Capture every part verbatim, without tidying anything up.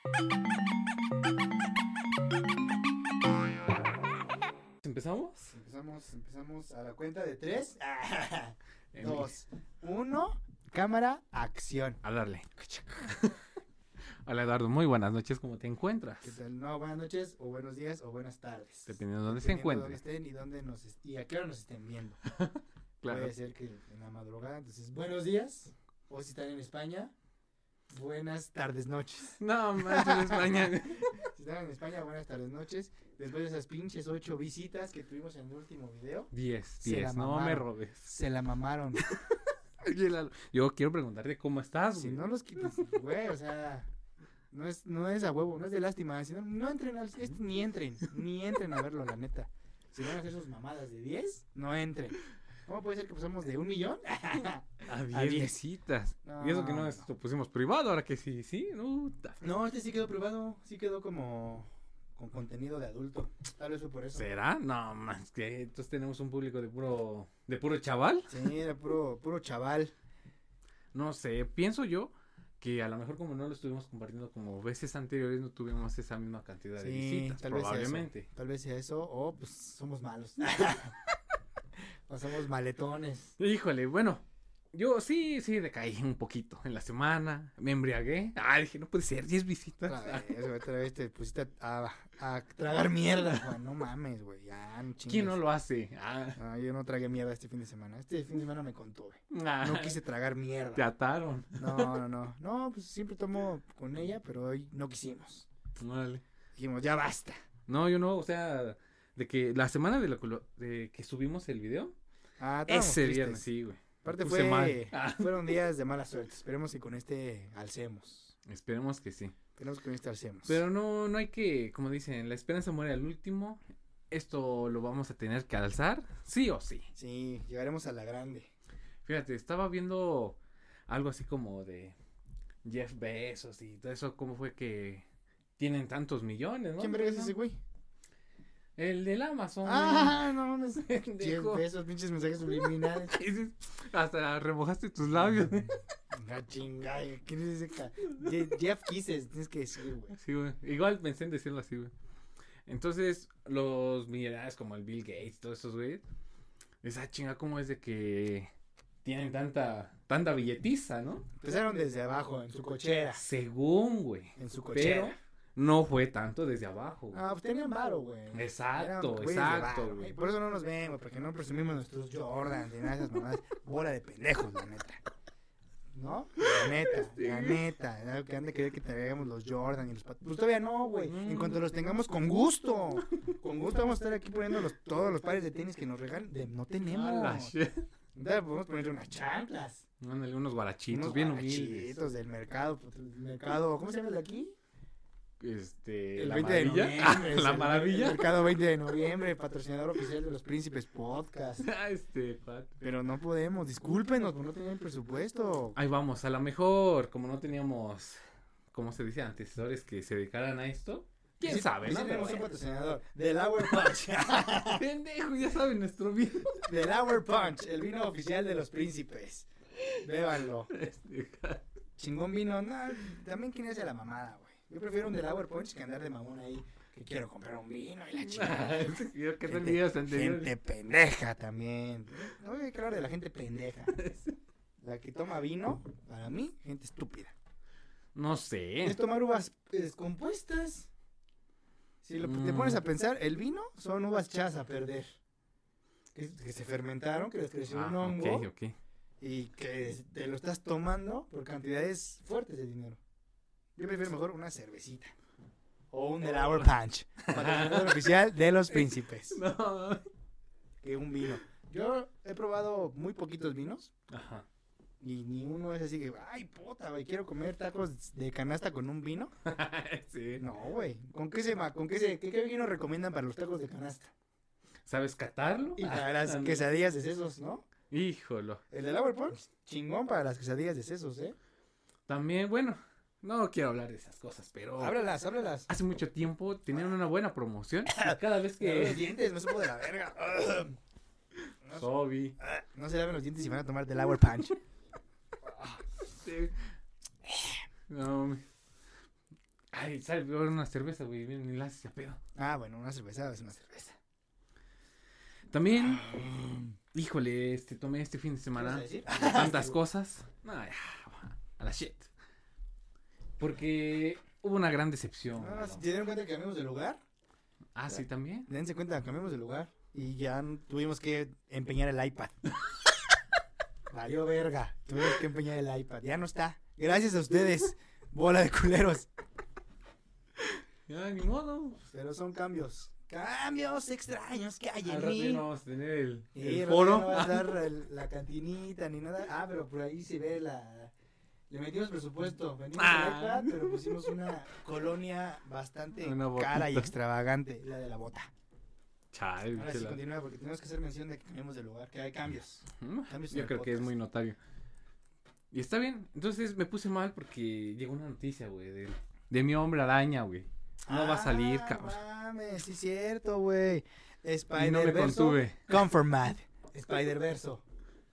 ¿Empezamos? Empezamos, empezamos a la cuenta de tres, dos, uno, cámara, acción. A darle. Hola Eduardo, muy buenas noches, ¿cómo te encuentras? ¿Qué tal? No, buenas noches, o buenos días, o buenas tardes. Dependiendo de dónde se Dependiendo encuentre. de dónde estén y, dónde nos est- y a qué hora nos estén viendo. Claro. Puede ser que en la madrugada, entonces, buenos días, o si están en España, buenas tardes, noches. No, manches, España. Si están en España, buenas tardes, noches. Después de esas pinches ocho visitas que tuvimos en el último video, Diez, Se diez, la no me mamaron. robes. se la mamaron. Yo quiero preguntarte cómo estás, Si güey. no los quitas, güey, o sea, no es, no es a huevo, no es de lástima. Si no, no entren, al, es- ni entren, ni entren a verlo, la neta. Si van a hacer sus mamadas de diez, no entren. ¿Cómo puede ser que pasamos de un millón? A a diez diez. visitas. No, Y eso que no no. es- lo pusimos privado, ahora que sí, sí. No, ta- No, este sí quedó privado, sí quedó como con contenido de adulto. Tal vez fue por eso. ¿Será? No, más que entonces tenemos un público de puro, de puro chaval. Sí, era puro, puro chaval. No sé, pienso yo que a lo mejor como no lo estuvimos compartiendo como veces anteriores, no tuvimos esa misma cantidad de Sí, visitas, tal vez sea probablemente. eso. Tal vez sea eso, o pues somos malos. O somos maletones. Híjole, bueno, yo sí, sí decaí un poquito en la semana, me embriagué. Ah, dije, no puede ser, diez visitas. Otra vez, güey, otra vez te pusiste a, a, a tragar mierda, Juan. No mames, güey. Ya, no chingues. ¿Quién no lo hace? Ah, Ah, yo no tragué mierda este fin de semana. Este fin de semana me contuve. ah, No quise tragar te mierda. ataron. No, no, no. No, pues siempre tomo con ella, pero hoy no quisimos. Vale. Dijimos, ya basta. No, yo no, o sea, de que la semana de, la, colo- de que subimos el video, Ah, estábamos ese tristes. viernes, sí, güey. Aparte Me puse fue, mal. Ah, fueron días de mala suerte. Esperemos que con este alcemos. esperemos que sí. Esperemos que con este alcemos. Pero no, no hay que, como dicen, la esperanza muere al último. Esto lo vamos a tener que alzar, sí o sí. Sí, llegaremos a la grande. Fíjate, estaba viendo algo así como de Jeff Bezos y todo eso, cómo fue que tienen tantos millones, ¿no? ¿Quién verga es ese güey? El del Amazon. Ah, no mames. Pendejo. Jeff Bezos, pinches mensajes subliminales. güey. Hasta remojaste tus labios. La chingada, ¿quién es ese? ca- Je- Jeff Kisses, tienes que decir, güey. Sí, güey. Igual pensé en decirlo así, güey. Entonces, los millonarios como el Bill Gates, todos esos güeyes, esa chinga como es de que tienen tanta, tanta billetiza, ¿no? Empezaron desde abajo, en su cochera. Según, güey. En su Pero cochera. no fue tanto desde abajo, güey. Ah, pues tenían varo, güey. Exacto, Eran güeyes de exacto, varo, güey. Por eso no nos ven, güey, porque no presumimos nuestros Jordans, ni nada de esas mamadas. Bola de pendejos, la neta. ¿No? La neta, la neta. Era que han de querer que traigamos los Jordan y los pat- Pues todavía no, güey. En cuanto los tengamos con gusto. Con gusto vamos a estar aquí poniendo los, todos los pares de tenis que nos regalen. De- no A la tenemos. shit. Entonces podemos poner unas chanclas. Ándale, unos guarachitos Unos bien guarachitos humildes. del mercado. pues, el mercado, ¿cómo se llama el de aquí? Este, El la veinte de maravilla. noviembre. Ah, es la el- maravilla. El mercado veinte de noviembre, patrocinador oficial de los Príncipes Podcast. Ah, este, pat. Pero no podemos, discúlpenos, porque no tenían presupuesto. Ahí vamos, a lo mejor, como no teníamos, como se dice, antecesores que se dedicaran a esto, quién Sí, sabe, sí ¿no? tenemos Pero un patrocinador. Del Hour Punch. bueno, pendejo, ya saben nuestro video. Del Hour Punch, el vino oficial de los príncipes. Bébanlo. Este, Chingón vino. No, también quién hace la mamada, güey. Yo prefiero un del Hour Punch que andar de mamón ahí. Que quiero comprar un vino y la chingada. Yo que son Gente, videos anteriores. gente pendeja también. No hay que hablar de la gente pendeja. La que toma vino, para mí, gente estúpida. No sé. Es tomar uvas descompuestas. Si lo- te Mm. pones a pensar, el vino son uvas echadas a perder. Que, que se fermentaron, que les creció un Ah, hongo. ok, ok. Y que te lo estás tomando por cantidades fuertes de dinero. Yo prefiero mejor una cervecita. O un del Hour Punch. Patrocinador oficial de los príncipes. No. Que un vino. Yo he probado muy poquitos vinos. Ajá. Y ni uno es así que, ay, puta, güey, quiero comer tacos de canasta con un vino. Sí. No, güey. ¿Con qué se ma- con qué se, qué, qué vino recomiendan para los tacos de canasta? ¿Sabes catarlo? Y para las Ah, quesadillas de sesos, ¿no? Híjolo. El del Hour Punch, chingón para las quesadillas de sesos, ¿eh? También, bueno, no quiero hablar de esas cosas, pero Ábrelas, ábrelas. hace mucho tiempo tenían una buena promoción. Y cada vez Que los que... dientes, me supo de la verga. No, Sobi. no se laven los dientes y van a tomar del Hour Punch. Sí. No, me- Ay, sale a una cerveza, güey, ni la haces de pedo. Ah, bueno, una cerveza es una cerveza. También, híjole, este, tomé este fin de semana ¿Qué tantas cosas. No, ya, a la shit. Porque hubo una gran decepción. Ah, ¿no? ¿se dieron cuenta que cambiamos de lugar? Ah, sí, también. Dense cuenta, cambiamos de lugar. Y ya tuvimos que empeñar el iPad. Valió verga. Tuvimos que empeñar el iPad. Ya no está. Gracias a ustedes, bola de culeros. Ya, ni modo. Pero son cambios. Cambios extraños que hay Al en rato ya mí. no vamos a tener el, Y el no- foro. No va a estar el- la cantinita ni nada. Ah, pero por ahí se ve la... Le metimos presupuesto. Vendimos Ah. el iPad, pero pusimos una colonia bastante Una cara y botita. extravagante. La de la bota. Chale, Ahora sí chela. continúa porque tenemos que hacer mención de que cambiamos de lugar, que hay cambios. Mm, Cambios en Yo el creo que es podcast. muy notario. Y está bien. Entonces me puse mal porque llegó una noticia, güey, de, de mi hombre araña, güey. No va a salir, Ah, cabrón. mames, sí es cierto, güey. Y no me Spider-Verso. contuve. Conformad. Spider-Verso.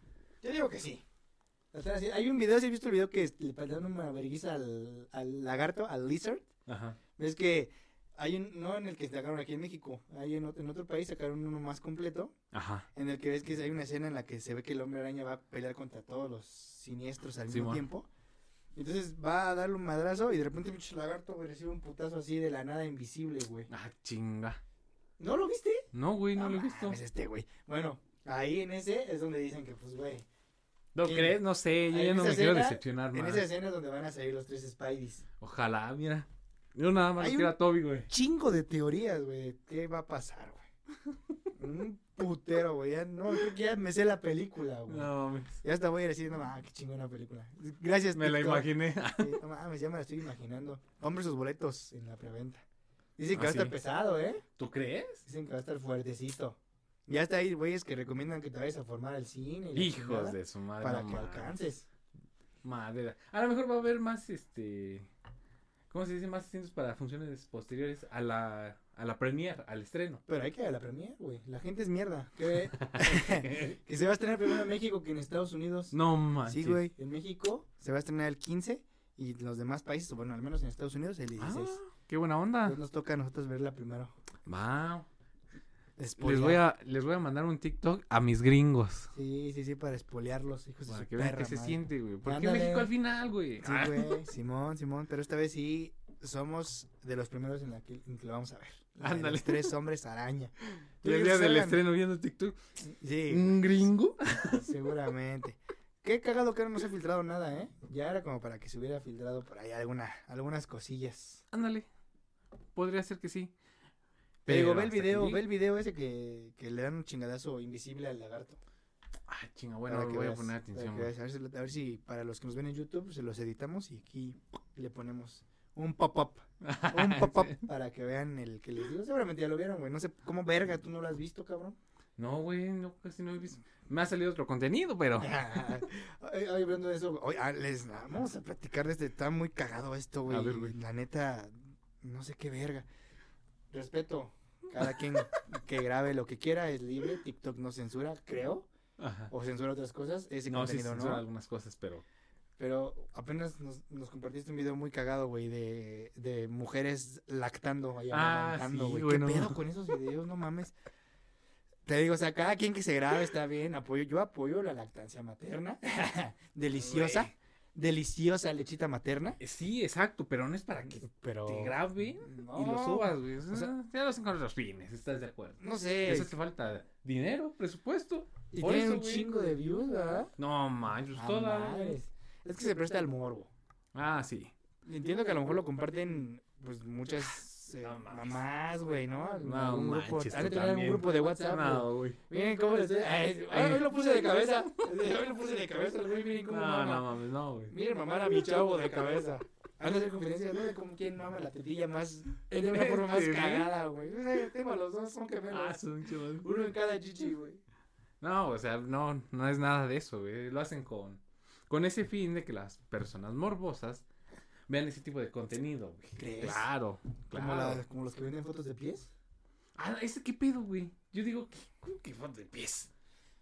Yo digo que sí. O sea, sí, hay un video, ¿sí has visto el video que le dan una vergüenza al, al lagarto, al lizard? Ajá. Ves que hay un, no en el que sacaron aquí en México, hay en otro, en otro país sacaron uno más completo, Ajá. en el que ves que hay una escena en la que se ve que el hombre araña va a pelear contra todos los siniestros al mismo Simón. tiempo. Entonces va a darle un madrazo y de repente el pinche lagarto, güey, recibe un putazo así de la nada invisible, güey. Ah, chinga. ¿No lo viste? No, güey, no lo he visto. Es este, güey. Bueno, ahí en ese es donde dicen que, pues, güey. ¿No ¿Qué? crees? No sé, yo Ahí ya en no esa me quiero escena- decepcionar En más. esa escena es donde van a salir los tres Spideys. Ojalá, mira. Yo nada más Hay lo quiero un- a Toby, güey. Chingo de teorías, güey. ¿Qué va a pasar, güey? Un putero, güey. Ya, no, creo que ya me sé la película, güey. No mames. Ya hasta voy a decir, no mames, qué chingona película. Gracias, Me la TikTok. imaginé. Sí, no mames, ya me la estoy imaginando. Compre sus boletos en la preventa. Dicen que Ah, va a estar sí. pesado, ¿eh? ¿Tú crees? Dicen que va a estar fuertecito. Ya está ahí, güeyes, que recomiendan que te vayas a formar al cine. y la Hijos chingada, de su madre. Para no que mames. alcances. Madre. A lo mejor va a haber más, este... ¿Cómo se dice? Más asientos para funciones posteriores a la, a la premier, al estreno. Pero hay que ir a la premier, güey. La gente es mierda. Que, que se va a estrenar primero en México que en Estados Unidos. No manches. Sí, güey. En México se va a estrenar el quince y los demás países, bueno, al menos en Estados Unidos, el Ah, dieciséis. qué buena onda. Entonces nos toca a nosotros verla primero. Wow. Les Espolear. voy a, les voy a mandar un TikTok a mis gringos. Sí, sí, sí, para espolearlos, hijos de Para su que vean perra qué se madre. siente, güey. Porque Ándale. México al final, güey. Sí, Ah. güey. Simón, Simón. Pero esta vez sí somos de los primeros en la que, en que lo vamos a ver. La de Ándale. Los tres hombres araña. Y el día del estreno viendo TikTok. Sí, ¿Un gringo? seguramente. Qué cagado que ahora no se ha filtrado nada, ¿eh? Ya era como para que se hubiera filtrado por ahí alguna, algunas cosillas. Ándale. Podría ser que sí. Te digo, Pero ve el hasta video, aquí- ve el video ese que, que le dan un chingadazo invisible al lagarto. Ah, chinga, bueno, Para que voy a veas, poner para atención. que güey. veas. A ver, si, a ver si para los que nos ven en YouTube se los editamos y aquí le ponemos un pop-up. Un pop-up para que vean el que les digo. Seguramente ya lo vieron, güey. No sé cómo verga, tú no lo has visto, cabrón. No, güey, no, casi no he visto. Me ha salido otro contenido, pero. Ay, ay, hablando de eso, oye, ah, les vamos a platicar de este. Está muy cagado esto, güey. A ver, güey. La neta, no sé qué verga. Respeto. Cada quien que grabe lo que quiera es libre. TikTok no censura, creo. Ajá. O censura otras cosas. Ese No, sí, contenido son no. algunas cosas, pero. Pero apenas nos, nos compartiste un video muy cagado, güey, de, de mujeres lactando, ahí Ah, amamantando, sí, güey. güey, ¿Qué no. pedo con esos videos? No mames. Te digo, o sea, cada quien que se grabe está bien. Apoyo, yo apoyo la lactancia materna. Deliciosa. Güey. Deliciosa lechita materna. Eh, Sí, exacto, pero no es para que Pero. te graben No. y lo subas, güey. O sea, O sea, ya lo hacen con otros fines, ¿estás de acuerdo? No sé. Les hace falta dinero, presupuesto. Y por tienen eso, un güey. chingo de views, ¿verdad? No manches, Ah, toda. madres. Es que se presta al morbo. Ah, sí. Entiendo que a lo mejor lo comparten, pues, muchas eh, No mames. mamás, güey, ¿no? No Algún grupo, manches, han de tú tener algún también. grupo de WhatsApp. güey. No, güey. Miren cómo le estoy. Ay, ay, hoy lo puse de cabeza. Hoy lo puse de cabeza, güey. Miren cómo No, mama. no mames, no, güey. Miren, mamar a mi chavo de cabeza. Han de hacer conferencias, ¿no? De cómo quién mama la tetilla más. De una forma más Sí. cagada, güey. O sea, tengo a los dos, son Ah, gemelos. son chavos. Uno en cada chichi, güey. No, o sea, no, no es nada de eso, güey. Lo hacen con, con ese fin de que las personas morbosas vean ese tipo de contenido, güey. ¿Crees? Claro, Como, claro. la, como los que venden fotos de pies. Ah, ese qué pedo, güey. Yo digo, ¿qué, cómo que foto de pies?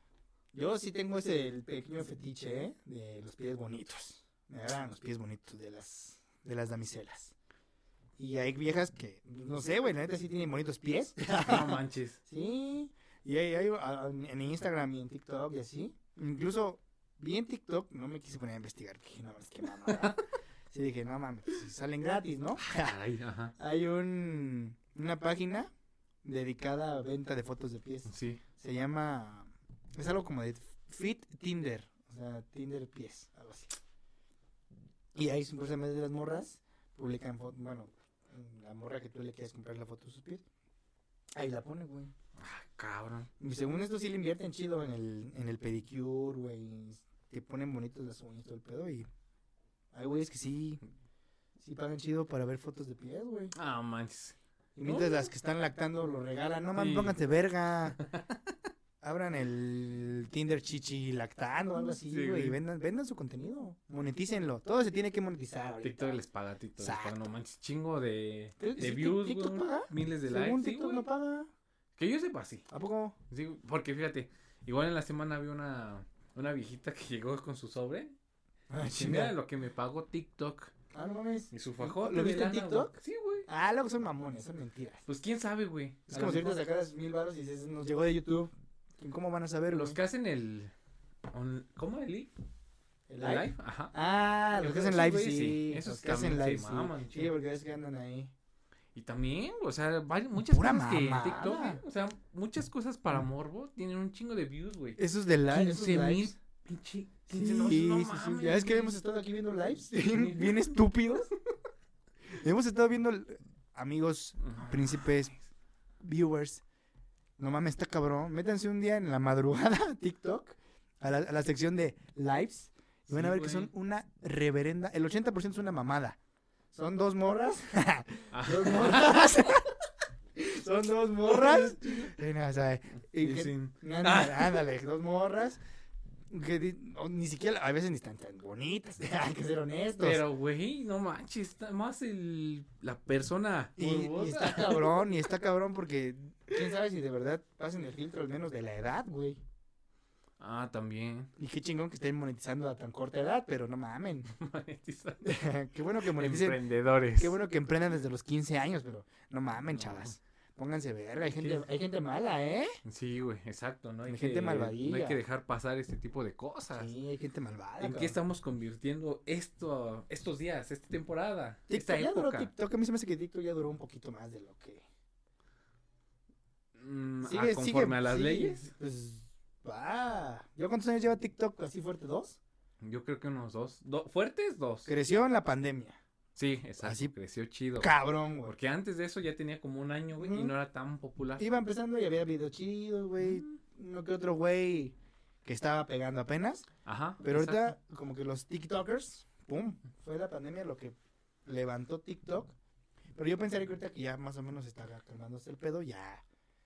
Yo sí tengo ese el pequeño fetiche, ¿eh? De los pies bonitos. Me agradan los pies bonitos de las, de las damiselas. Y hay viejas que, no sé, güey, la neta sí tienen bonitos pies. No manches. Sí. Y hay, hay a- en Instagram y en TikTok y así. Incluso vi en TikTok, no me quise poner a investigar. Dije, no, es que mamá. Sí, dije, no mames, pues, si salen gratis, ¿no? Caray, ajá. Hay un, una página dedicada a venta de fotos de pies. Sí. Se llama, es algo como de Fit Tinder. O sea, Tinder pies, algo así. Y ahí supuestamente las morras publican fotos, bueno, la morra que tú le quieres comprar la foto de sus pies. Ahí la pone, güey. Ah, cabrón. Y según esto sí le invierten chido en el, en el pedicure, güey. Te ponen bonitos las uñas y todo el pedo. Y hay güeyes que sí, sí pagan chido para ver fotos de pies, güey. Ah, manches. Y mientras No. las que están lactando lo regalan. No mames, Sí. pónganse verga. Abran el Tinder chichi lactando o algo así, Sí, güey. güey. Y vendan, vendan su contenido. Monetícenlo. Todo se tiene que monetizar. ahorita. TikTok les paga, TikTok les paga, Exacto. no manches, chingo de, ¿Sí, de sí, views, TikTok güey, paga? miles de Según likes, sí, TikTok güey. no paga. Que yo sepa, sí. ¿A poco? Sí, porque fíjate, igual en la semana había una, una viejita que llegó con su sobre. Ah, Y dice, mira lo que me pagó TikTok. Ah, no mames. Y su fajote ¿Lo de viste en lana, TikTok? güey. Sí, güey. Ah, luego son mamones, son mentiras. Pues quién sabe, güey. Es A como lo si ahorita mejor sacaras mil baros y dices, nos llegó de YouTube. ¿Cómo van a saber, los güey? que hacen el... on- ¿Cómo? ¿El live? ¿El ¿El live? live? Ajá. Ah, los que hacen Esos live, güeyes, sí. sí. Esos Los que hacen también live, se sí. maman, Sí, chido. porque ves que andan ahí. Y también, o sea, varias, muchas Pura cosas que en mamada. TikTok, ¿eh? O sea, muchas cosas para morbo tienen un chingo de views, güey. Esos de live, esos quince mil, lives. pinche, Sí, quince, no, no sí, sí. mames, Ya ves que güey. hemos estado aquí viendo lives bien, bien estúpidos. Hemos estado viendo, amigos, No príncipes, mames. viewers. No mames, está cabrón. Métanse un día en la madrugada a TikTok, a la, a la sección de lives. Y van a Sí, ver que güey. son una reverenda. El ochenta por ciento es una mamada. Son dos morras. Ah. Dos morras. Son dos morras. Y no, o sea, y Y que- sin- ándale, ándale, dos morras. Que di- no, ni siquiera, a veces ni están tan bonitas. Hay que ser honestos. Pero, güey, no manches, está más el, la persona Y, y morbosa. está cabrón, y está cabrón porque quién sabe si de verdad pasen el filtro al menos de la edad, güey. Ah, también. Y qué chingón que estén monetizando a tan corta edad, pero no mamen. Monetizar. Qué bueno que moneticen. Emprendedores. Qué bueno que emprendan desde los quince años, pero no mamen, No. chavas. Pónganse verga, hay ¿Qué? gente, hay gente mala, ¿eh? Sí, güey, exacto, ¿no? Hay Hay que, gente malvadilla. No hay que dejar pasar este tipo de cosas. Sí, hay gente malvada. ¿En cabrón. qué estamos convirtiendo esto, estos días, esta temporada, TikTok, esta ya duró época? TikTok, a mí se me hace que TikTok ya duró un poquito más de lo que... Mm, ah, Sigue, conforme sigue, a las sigue, leyes, Pues, va. ¿Yo cuántos años lleva TikTok así fuerte? ¿Dos? yo creo que unos dos. Do- ¿Fuertes? Dos. Creció en la pandemia. Sí, exacto, Así- creció chido. Cabrón, güey. Porque antes de eso ya tenía como un año, güey, y Ujú. no era tan popular. Iba empezando y había videos chidos, güey. Uno que otro güey que estaba pegando apenas. Ajá. Pero exacto. ahorita, como que los TikTokers, pum, fue la pandemia lo que levantó TikTok. Pero yo pensaría que ahorita que ya más o menos está calmándose el pedo, ya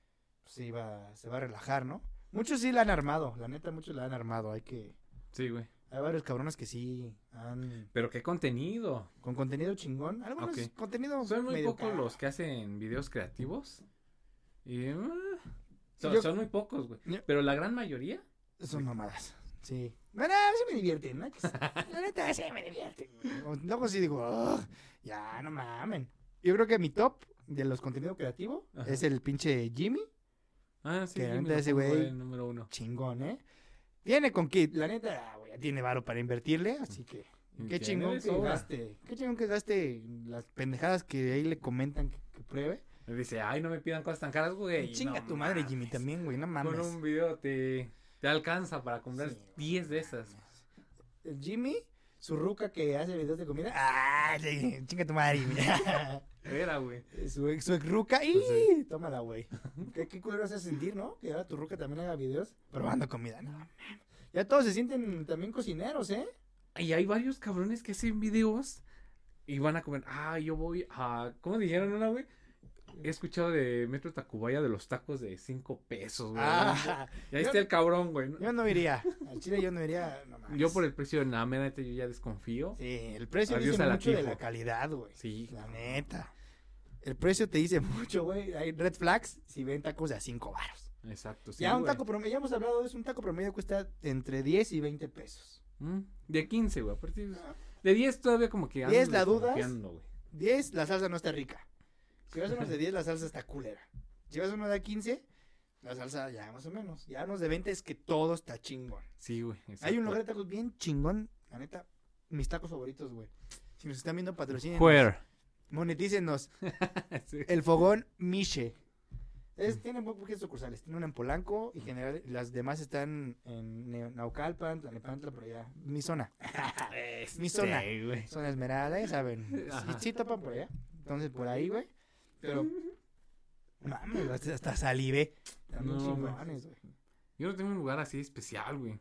se iba, se va a relajar, ¿no? Muchos sí la han armado, la neta, muchos la han armado. Hay que, Sí, güey. hay varios cabrones que sí han, Pero qué contenido. con contenido chingón. Algunos Ok. contenido Son muy medio pocos cagado. los que hacen videos creativos. Y ah, son, Yo- son muy pocos, güey. Yo- Pero la gran mayoría. Son mamadas, sí. Bueno, sí me divierten, ¿no? La neta, sí me divierten. O- Luego sí digo, "Ugh, ya, no mamen. Yo creo que mi top de los contenidos creativos Ajá. es el pinche Jimmy. Ah, sí, Que la Jimmy neta lo ese pongo güey- en número uno. Chingón, ¿eh? Viene con kit. La neta, güey, ya tiene varo para invertirle, así que... Y Qué tiene chingón de que sobra. gaste. Qué chingón que gaste las pendejadas que ahí le comentan que, que pruebe. Me dice, ay, no me pidan cosas tan caras, güey. Chinga No tu madre, mames. Jimmy, también, güey, no mames. Con un video te, te alcanza para comprar Sí, güey. diez de esas. El Jimmy, su ruca que hace videos de comida. ¡Ah! sí, chinga tu madre, Jimmy. Era, güey. su ex, su ex ruca. ¡Y! Pues sí. Tómala, güey. ¿Qué, qué culero hace sentir, ¿no? Que ahora tu ruca también haga videos probando comida. No, mames. Ya todos se sienten también cocineros, ¿eh? Y hay varios cabrones que hacen videos y van a comer. Ah, yo voy a. ¿Cómo dijeron una, güey? He escuchado de Metro Tacubaya de los tacos de cinco pesos, güey. Ah, Y ahí yo- está el cabrón, güey. ¿no? yo no iría. Al chile yo no iría. No mames. Yo por el precio de nada, neta, yo ya desconfío. Sí, el precio Adiós dice a la mucho de Tifo. la calidad, güey. Sí. La neta. El precio te dice mucho, güey. Hay red flags si ven tacos de a cinco baros. Exacto, sí. ya un güey. taco promedio, ya hemos hablado de eso, un taco promedio cuesta entre diez y veinte pesos. Mm, De quince, güey. A partir de diez todavía como que diez ando la dudas. desconfiando, güey. diez, la salsa no está rica. Si vas a unos de diez, la salsa está culera. Si vas a uno de quince, la salsa ya más o menos. Ya unos de veinte es que todo está chingón. Sí, güey. Hay un lugar de tacos bien chingón. La neta, mis tacos favoritos, güey. Si nos están viendo, patrocinen. Where? Monetícenos. Sí. El Fogón Miche. Es, tiene muy poquitas sucursales. Tiene una en Polanco y general, las demás están en Ne- Naucalpan, Tlalnepantla, por allá. Mi zona. Mi zona. Este, güey. Zona Esmeralda, ya saben. Sí, Ajá. sí topan por allá. Entonces, por ahí, güey. Pero, mames, hasta, hasta salivé. Están bien No, chingones, güey. Yo no tengo un lugar así especial, güey.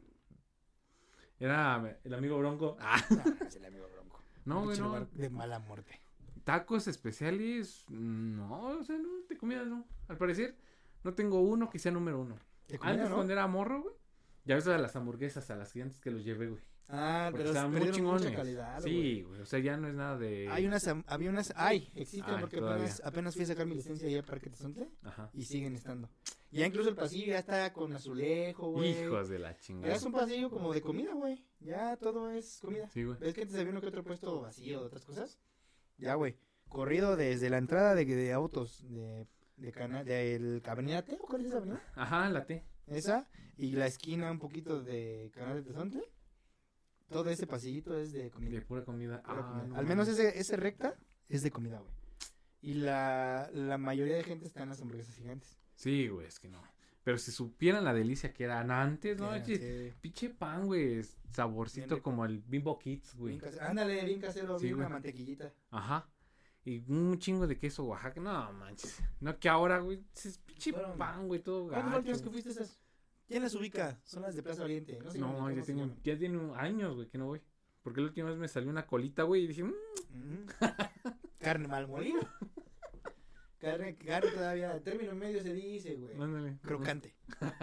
Era el amigo Bronco. Ah, No, es el amigo Bronco. no, güey, Pinche no. lugar de mala muerte. Tacos especiales, no, o sea, no, de comida no. Al parecer, no tengo uno que sea número uno. ¿De comida, Antes, no? cuando era morro, güey, ya ves a las hamburguesas, a las gigantes que los llevé, güey. Ah, Porque pero estaban muy perdieron mucha chingones. calidad, güey. Sí, güey, o sea, ya no es nada de... Hay unas, am- había unas, hay, existen Ay, porque todavía. apenas, apenas fui a sacar mi licencia allá a Parque Tezontle Ajá. y siguen estando. Ya incluso el pasillo ya está con azulejo, güey. Hijos de la Ya chingada. es un pasillo como de comida, güey. Ya todo es comida. Sí, güey. ¿Ves que antes había uno que otro puesto vacío de otras cosas? Ya, güey. Corrido desde la entrada de, de autos de, de cana, del Avenida T, ¿o cuál es esa avenida? Ajá, la T. Esa, y la esquina un poquito de Canal de Tezontle. Todo ese pasillito es de comida. De pura comida. Pura Ah, comida. no Al menos mames. ese, ese recta es de comida, güey. Y la, la mayoría de gente está en las hamburguesas gigantes. Sí, güey, es que no. Pero si supieran la delicia que eran antes, ¿no? Sí, Che, sí. Pinche pan, güey, saborcito Bien rico. como el Bimbo Kids, güey. Bien casero. Ándale, bien casero, Sí, bien güey. una mantequillita. Ajá. Y un chingo de queso Oaxaca. No, manches. No, que ahora, güey, es pinche Fueron- pan, güey, todo ¿Cuándo fue la última vez gacho. que fuiste a esas? ¿Quién las ubica? Son las de Plaza Oriente. No, sé No, cómo- ya cómo se tengo, llaman. ya tiene un- años, güey, que no voy. Porque la última vez me salió una colita, güey, y dije, mmm, Ujú. Carne mal molida. Carne, carne todavía, término medio se dice, güey. ándale. Crocante.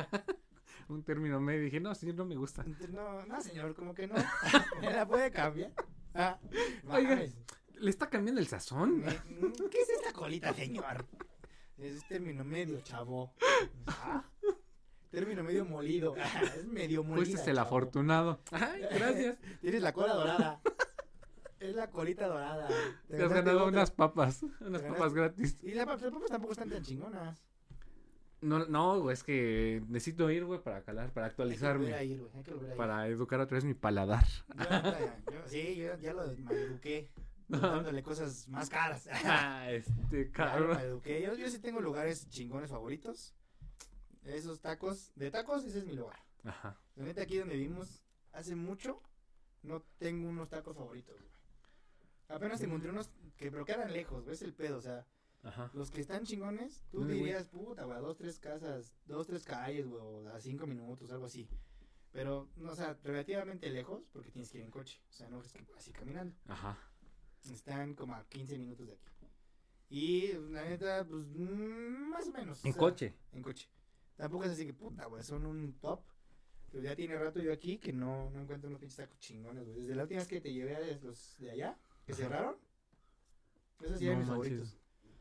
Un término medio. Dije, no, señor, no me gusta. No, no, señor, como que no. ¿Me la puede cambiar? Ah, Oiga. mames. Le está cambiando el sazón. Me- ¿Qué es esta colita, señor? Es término medio, chavo. Ah, término medio molido. Ah, es medio molida, Fuiste el chavo. afortunado. Ay, gracias. Tienes la cola dorada. Es la colita dorada. Te has ganaste ganado otra. unas papas. Unas Te papas gratis. Y las papas, las papas tampoco están tan chingonas. No, no, güey, es que necesito ir, güey, para calar, para Hay que volver a actualizarme. ir, güey. Hay que volver a ir. Para educar otra vez mi paladar. Yo, ahorita, yo- sí, yo ya lo maleduqué. Dándole cosas más caras. Ah, este, Ya lo cabrón. maleduqué. Yo, yo sí tengo lugares chingones favoritos. Esos tacos. De tacos, ese es mi lugar. Ajá. La neta, aquí donde vivimos hace mucho, no tengo unos tacos favoritos, güey. Apenas encontré unos que, pero quedan lejos, güey, es el pedo, o sea, Ajá. los que están chingones, tú Ay, güey. dirías, puta, güey, a dos, tres casas, dos, tres calles, güey, o a cinco minutos, algo así. Pero, no, o sea, relativamente lejos, porque tienes que ir en coche, o sea, no es que así caminando. Ajá. Están como a quince minutos de aquí. Y, la neta, pues, mm, más o menos. o En sea, coche. En coche. Tampoco es así que, puta, güey, son un top. Pero ya tiene rato yo aquí que no, no encuentro unos pinches tacos chingones, güey. Desde la última vez que te llevé a los de allá, que Ajá. cerraron. Esos sí eran No mis manches. favoritos.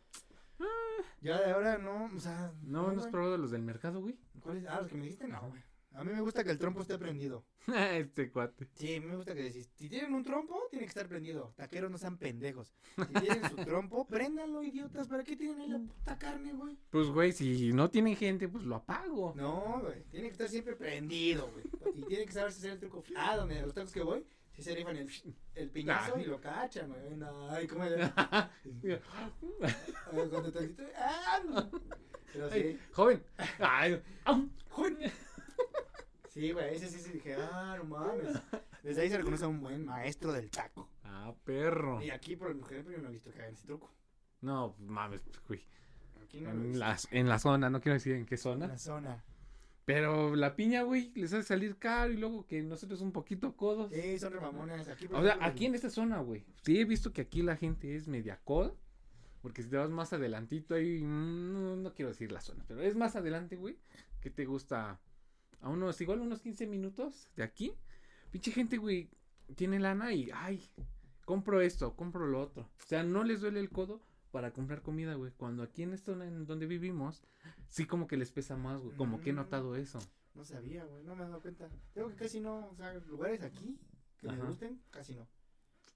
Ya de ahora no, o sea. ¿No, no has güey. probado los del mercado, güey? ¿Cuáles? Ah, los que me dijiste, no, güey. A mí me gusta que el trompo esté prendido. Este cuate. Sí, a mí me gusta que si, si tienen un trompo, tiene que estar prendido. Taqueros no sean pendejos. Si tienen su trompo, préndanlo, idiotas. ¿Para qué tienen ahí la puta carne, güey? Pues, güey, si no tienen gente, pues lo apago. No, güey. Tiene que estar siempre prendido, güey. Y tiene que saberse hacer el truco. Ah, donde a los tacos que voy, si se rifan el, el piñazo Ah. y lo cachan, güey. No, ay, ¿cómo es? Ay, cuando te grito, ¡ah! Pero sí. Ay, joven. Ay, au. ¡Joder! Sí, güey, ese sí se dije, ah, no mames. Desde ahí se reconoce a un buen maestro del taco. Ah, perro. Y aquí, por ejemplo, yo no he visto que hagan ese truco. No, pues, mames, güey. Aquí no lo he En visto. la, en la zona, no quiero decir en qué En zona. la zona. Pero la piña, güey, les hace salir caro y luego que nosotros un poquito codos. Sí, son remamones. Aquí, por O sea, ejemplo, aquí en esta zona, güey. Sí he visto que aquí la gente es media coda. Porque si te vas más adelantito ahí, mm, no, no quiero decir la zona, pero es más adelante, güey. Que te gusta a unos, igual unos quince minutos de aquí. Pinche gente, güey, tiene lana y, ay, compro esto, compro lo otro. O sea, no les duele el codo para comprar comida, güey. Cuando aquí en esta zona en donde vivimos, sí como que les pesa más, güey. Como que he Mm. notado eso. No sabía, güey, no me he dado cuenta. Tengo que casi no, o sea, lugares aquí que me Ajá. gusten, casi no.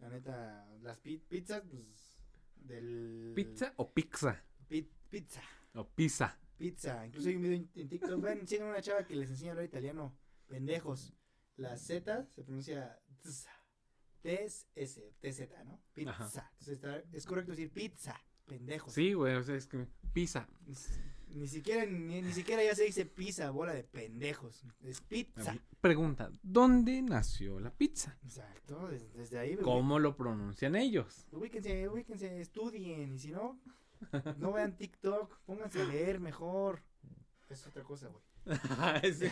La neta, las pi pizzas, pues, del... ¿Pizza o pizza? Pi pizza. O pizza. Pizza. Incluso hay un video en, en TikTok. Ven, sigan una chava que les enseña a hablar italiano. Pendejos. La Z se pronuncia tz. T S, T Z, ¿no? Pizza. Ajá. Entonces está, es correcto decir pizza. Pendejos. Sí, güey, o sea, es que pizza. Ni, ni siquiera, ni, ni siquiera ya se dice pizza, bola de pendejos. Es pizza. Pregunta, ¿dónde nació la pizza? Exacto, desde, desde ahí. ¿Cómo lo pronuncian ellos? Ubíquense, ubíquense, estudien. Y si no, no vean TikTok, pónganse a leer mejor. Es otra cosa, güey. Sí.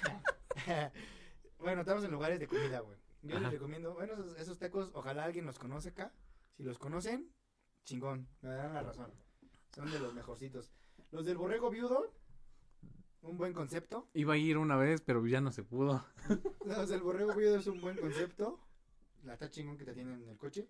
Bueno, estamos en lugares de comida, güey. Yo Ajá. les recomiendo, bueno, esos, esos tacos, ojalá alguien los conoce acá. Si los conocen, chingón, me dan la razón. Son de los mejorcitos. Los del borrego viudo, un buen concepto. Iba a ir una vez, pero ya no se pudo. Los del borrego viudo es un buen concepto. La está chingón que te tienen en el coche.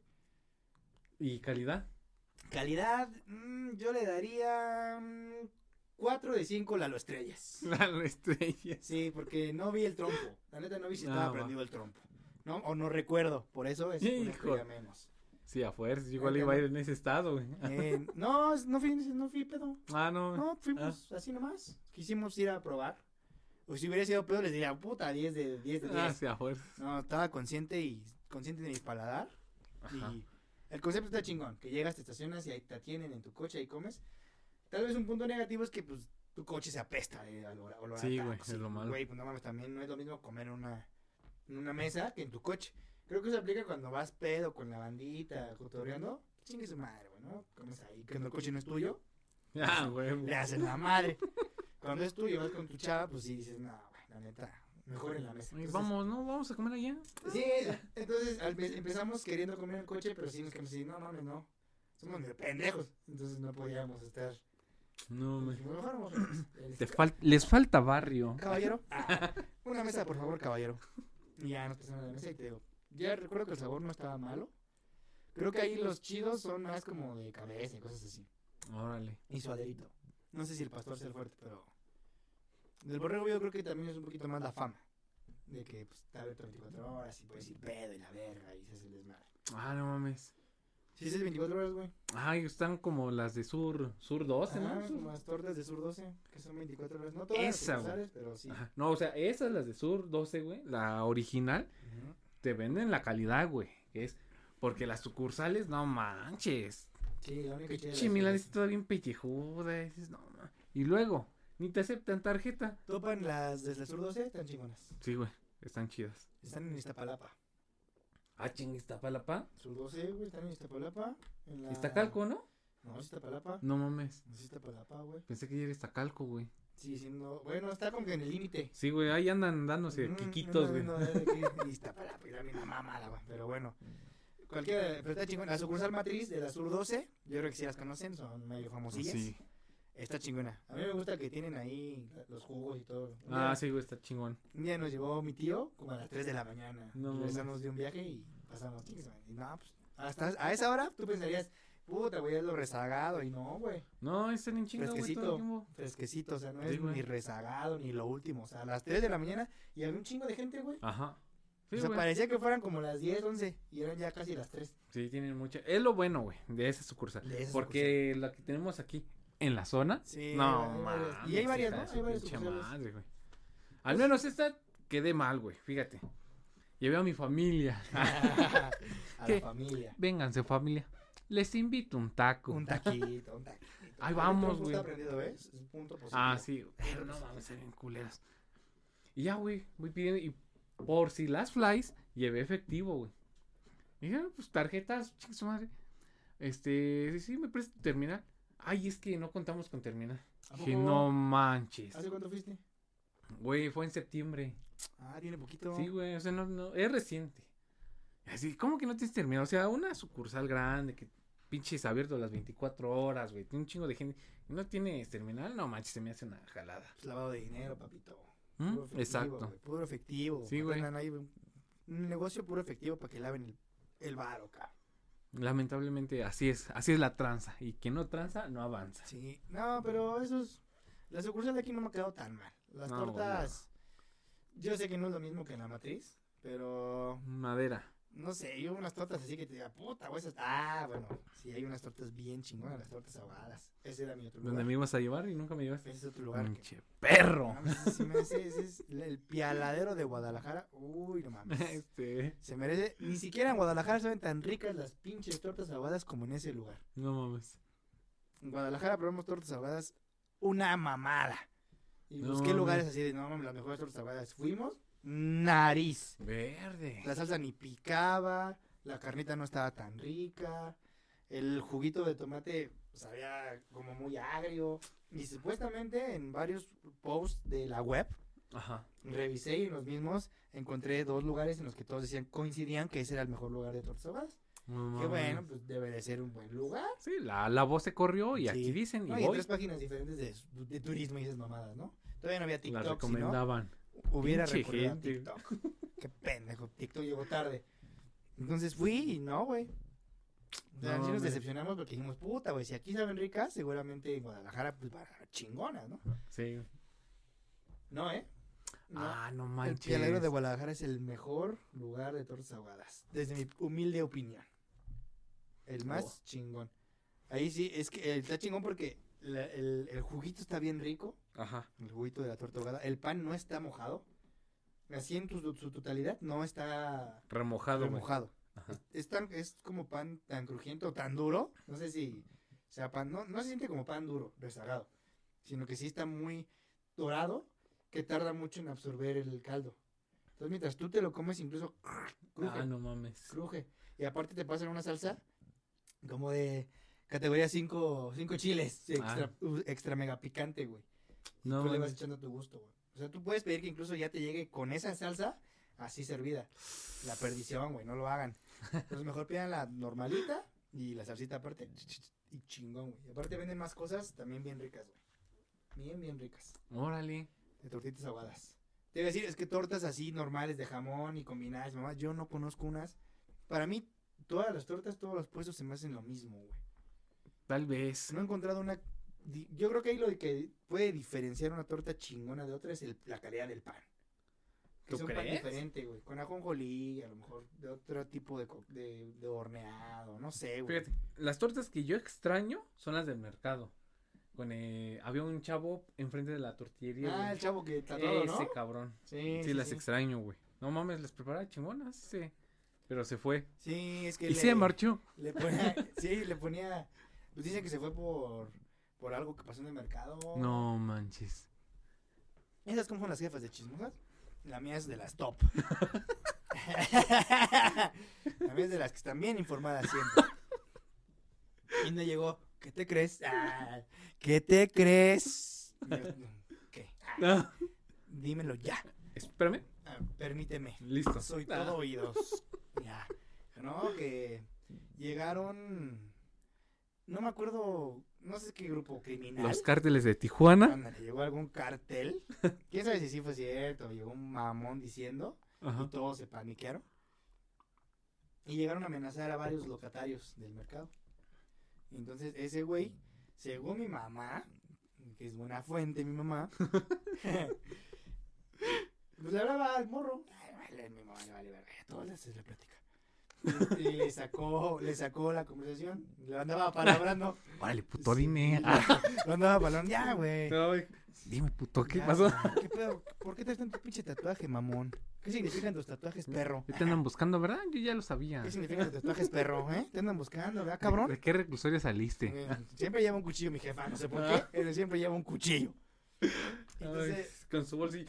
¿Y calidad? Calidad, mmm, yo le daría mmm, cuatro de cinco Lalo Estrellas. La estrella. Sí, porque no vi el trompo. La neta no vi si estaba Ah, va. prendido el trompo. ¿No? O no recuerdo. Por eso es una estrella menos. Sí, a fuerza, igual iba a ir en ese estado, güey. Eh, no, no fui, no fui pedo. Ah, no. No, fuimos así nomás. Quisimos ir a probar. O si hubiera sido pedo, les diría, puta, diez de diez. Ah, sí, a fuerza. No, estaba consciente y consciente de mi paladar. Ajá. Y el concepto está chingón. Que llegas, te estacionas y ahí te atienden en tu coche y comes. Tal vez un punto negativo es que, pues, tu coche se apesta de olor, olor Sí, a güey, taco. es lo malo. Güey, pues no mames, también no es lo mismo comer en una, en una mesa que en tu coche. Creo que eso aplica cuando vas pedo con la bandita, cotorreando. Chingue su madre, güey, ¿no? Comes ahí, cuando el coche no es tuyo, Ah, güey. le hacen la madre. Cuando es tuyo, vas con tu chava, pues sí dices, no, güey, la neta, mejor en la mesa. Ay, Entonces, Vamos, ¿no? Vamos a comer allá. Sí, entonces al- empezamos queriendo comer en el coche, pero sí nos quedamos así, no mames, no. Somos medio pendejos. Entonces no podíamos estar. No, me... Dijimos, mejor vamos a la mesa. Te fal- les falta barrio. Caballero, ah, una mesa, por favor, caballero. Y ya nos pasamos a la mesa y te digo, ya recuerdo que el sabor no estaba malo. Creo que ahí los chidos son más como de cabeza y cosas así. Órale. Y suaderito. No sé si el pastor sea el fuerte, pero. Del borrego yo creo que también es un poquito más la fama. De que pues, está abierto veinticuatro horas y puedes ir pedo y la verga y se hace el desmadre. Ah, no mames. Sí, es veinticuatro horas, güey. Ay, están como las de Sur, Sur doce, Ah, ¿no? como las tortas de Sur doce, que son veinticuatro horas. No todas Esa, las güey. sucursales, pero sí. Ajá. No, o sea, esas las de Sur doce, güey, la original, Ujú. te venden la calidad, güey, que es porque las sucursales, no manches. Sí, la única chida de Che, las Milán sucursales. está bien pellejuda, dices, no, ma. Y luego, ni te aceptan tarjeta. Topan las desde el Sur doce, están chingonas. Sí, güey, están chidas. Están en Iztapalapa. Ah, ching, Iztapalapa. Sur doce, güey, están en Iztapalapa. En la... ¿Iztacalco, no? No, es Iztapalapa. No mames. Es Iztapalapa, güey. Pensé que ya era Iztacalco, güey. Sigue siendo. Bueno, está como que en el límite. Sí, güey, ahí andan dándose Mm, quiquitos, güey. no, no, no, de aquí, Iztapalapa, y la misma mamada, güey. Pero bueno. Cualquiera, pero está chingona. La sucursal matriz de la Sur doce, yo creo que sí las conocen, son medio famosillas. Sí. Está chingona. A mí me gusta que tienen ahí los jugos y todo. Un Ah, día- sí, güey, está chingón. Un día nos llevó mi tío como a las tres de la mañana. No Regresamos de un viaje y pasamos. chingues, madre. Y no, pues, hasta a esa hora tú pensarías, puta, güey, es lo rezagado. Y no, güey. No, están en chinga, güey, todo el Fresquecito, tiempo. fresquecito. O sea, no Sí, es güey. ni rezagado ni lo último. O sea, a las tres de la mañana y había un chingo de gente, güey. Ajá. Sí, o sea, güey. parecía que fueran como las diez, once y eran ya casi las tres. Sí, tienen mucha. Es lo bueno, güey, de esa sucursal. De esa Porque la que tenemos aquí en la zona. Sí, No, hay varias. mames. Y hay varias, hija ¿no? de su Hay varias pinche sucursales. madre, güey. Al menos esta quedé mal, güey. Fíjate. Llevé a mi familia. A ¿Qué? la familia. Vénganse, familia. Les invito un taco. Un taquito, un taquito. Ahí El vamos, trompo güey. Está prendido, ¿ves? Es un punto positivo. Ah, sí. Pero no mames, se ven culeras. Y ya, güey, voy pidiendo. Y por si las flies, llevé efectivo, güey. Y dije, ah, pues tarjetas, chingue su madre. Este, sí, sí, me presta tu terminal. Ay, es que no contamos con terminal. ¿A Dije, poco? no manches. ¿Hace cuánto fuiste? Güey, fue en septiembre. Ah, tiene poquito. Sí, güey, o sea, no, no, es reciente. Así, ¿cómo que no tienes terminal? O sea, una sucursal grande que pinches abierto las veinticuatro horas, güey. Tiene un chingo de gente. Y no tienes terminal, no manches, se me hace una jalada. Pues lavado de dinero, papito. ¿Mm? Puro efectivo, Exacto. güey, puro efectivo. Sí, güey. Tengan ahí un, un negocio puro efectivo para que laven el, el varo, cabrón. Lamentablemente así es, así es la tranza. Y quien no tranza, no avanza. Sí. No, pero esos. La sucursal de aquí no me ha quedado tan mal. Las No, tortas. Yo sé que no es lo mismo que en la matriz, pero. Madera. no sé, yo unas tortas así que te diga, puta, güey, esas... Ah, bueno, sí, hay unas tortas bien chingonas, las tortas ahogadas. Ese era mi otro lugar. ¿Dónde me ibas a llevar y nunca me llevaste? Ese es otro lugar. Pinche que... perro. No, ese, sí me, ese, ese es el pialadero de Guadalajara. Uy, no mames. Este... Se merece, ni siquiera en Guadalajara saben tan ricas las pinches tortas ahogadas como en ese lugar. No mames. En Guadalajara probamos tortas ahogadas, una mamada. Y No busqué mames. lugares así de, no mames, las mejores tortas ahogadas. Fuimos, nariz. Verde. La salsa ni picaba, la carnita no estaba tan rica, el juguito de tomate sabía como muy agrio. Y supuestamente en varios posts de la web, Ajá. revisé y en los mismos encontré dos lugares en los que todos decían, coincidían que ese era el mejor lugar de tortas ahogadas. No Que mames. bueno, pues debe de ser un buen lugar. Sí, la, la voz se corrió y Sí. aquí dicen y No, y en voy. tres páginas diferentes de, de turismo y esas mamadas, ¿no? Todavía no había La TikTok, si no, recomendaban. hubiera Pinche recurrido a gente. TikTok. Qué pendejo, TikTok llegó tarde. Entonces fui y no, güey. O sea, No, sí nos me- decepcionamos porque dijimos, puta, güey, si aquí saben ricas, seguramente en Guadalajara, pues, para chingonas, ¿no? Sí. No, ¿eh? No. Ah, no El manches. Pialadero de Guadalajara es el mejor lugar de tortas ahogadas, desde mi humilde opinión. El más Oh. chingón. Ahí sí, es que eh, está chingón porque la- el, el juguito está bien rico, Ajá. el juguito de la torta ahogada. El pan no está mojado, así en tu- su totalidad no está Remojado, güey. remojado. Ajá. Es, es tan, es como pan tan crujiente o tan duro, no sé si sea pan, no, no se siente como pan duro, rezagado, sino que sí está muy dorado, que tarda mucho en absorber el caldo. Entonces mientras tú te lo comes incluso cruje, Ah, no mames. cruje. Y aparte te pasan una salsa como de categoría cinco chiles, extra, Ah. uh, extra mega picante, güey. No Tú le vas mames. echando a tu gusto, güey. O sea, tú puedes pedir que incluso ya te llegue con esa salsa así servida. La perdición, güey, no lo hagan. Entonces mejor pidan la normalita y la salsita aparte. Y chingón, güey. Y aparte venden más cosas también bien ricas, güey. Bien, bien ricas. Órale. De tortitas ahogadas. Te iba a decir, es que tortas así normales de jamón y combinadas, mamá, yo no conozco unas. Para mí, todas las tortas, todos los puestos se me hacen lo mismo, güey. Tal vez. No he encontrado una... di- Yo creo que ahí lo que puede diferenciar una torta chingona de otra es el- la calidad del pan. Que ¿Tú es un pan crees? diferente, güey. Con ajonjolí, a lo mejor de otro tipo de, co- de, de horneado, no sé, güey. Fíjate, las tortas que yo extraño son las del mercado. Con eh, había un chavo enfrente de la tortillería. Ah, güey. el chavo que tatuado, ¿no? Ese cabrón. Sí, Sí, las extraño, güey. No mames, las preparaba chingonas, sí. Pero se fue. Sí, es que Y le, se marchó. le ponía, sí, le ponía, pues dicen que se fue por, por algo que pasó en el mercado. No manches. ¿Esas cómo son las jefas de chismosas? La mía es de las top. La mía es de las que están bien informadas siempre. Y no llegó, ¿qué te crees? Ah, ¿qué te crees? Y yo, ¿qué? Ah, Ah, dímelo ya. espérame. Ah, permíteme. Listo. Soy Ah. todo oídos. Ya. No, que llegaron, no me acuerdo, no sé qué grupo criminal. Los cárteles de Tijuana. Ándale, llegó algún cartel. Quién sabe si sí fue cierto. Llegó un mamón diciendo. Ajá. Y todos se paniquearon. Y llegaron a amenazar a varios locatarios del mercado. Y entonces ese güey, según mi mamá, que es buena fuente mi mamá, pues le hablaba al morro. Ay, vale, mi mamá le vale verga, a todos les hace la plática. Y, y le sacó, le sacó la conversación. Le andaba palabrando. Órale, puto, Sí, dime. lo- Ah, Lo andaba palabrando. Ya, güey. ay, dime, puto, ¿qué Ya, pasó? güey, ¿Qué pedo? ¿Por qué traes tanto pinche tatuaje, mamón? ¿Qué significan tus tatuajes, perro? ¿Te andan buscando, verdad? Yo ya lo sabía. ¿Qué significan tus tatuajes, perro? ¿Eh? Te andan buscando, ¿verdad, cabrón? ¿De qué reclusorio saliste? Eh, Siempre lleva un cuchillo, mi jefa, no sé por qué, pero siempre lleva un cuchillo. Entonces, Ay, con su bolsillo.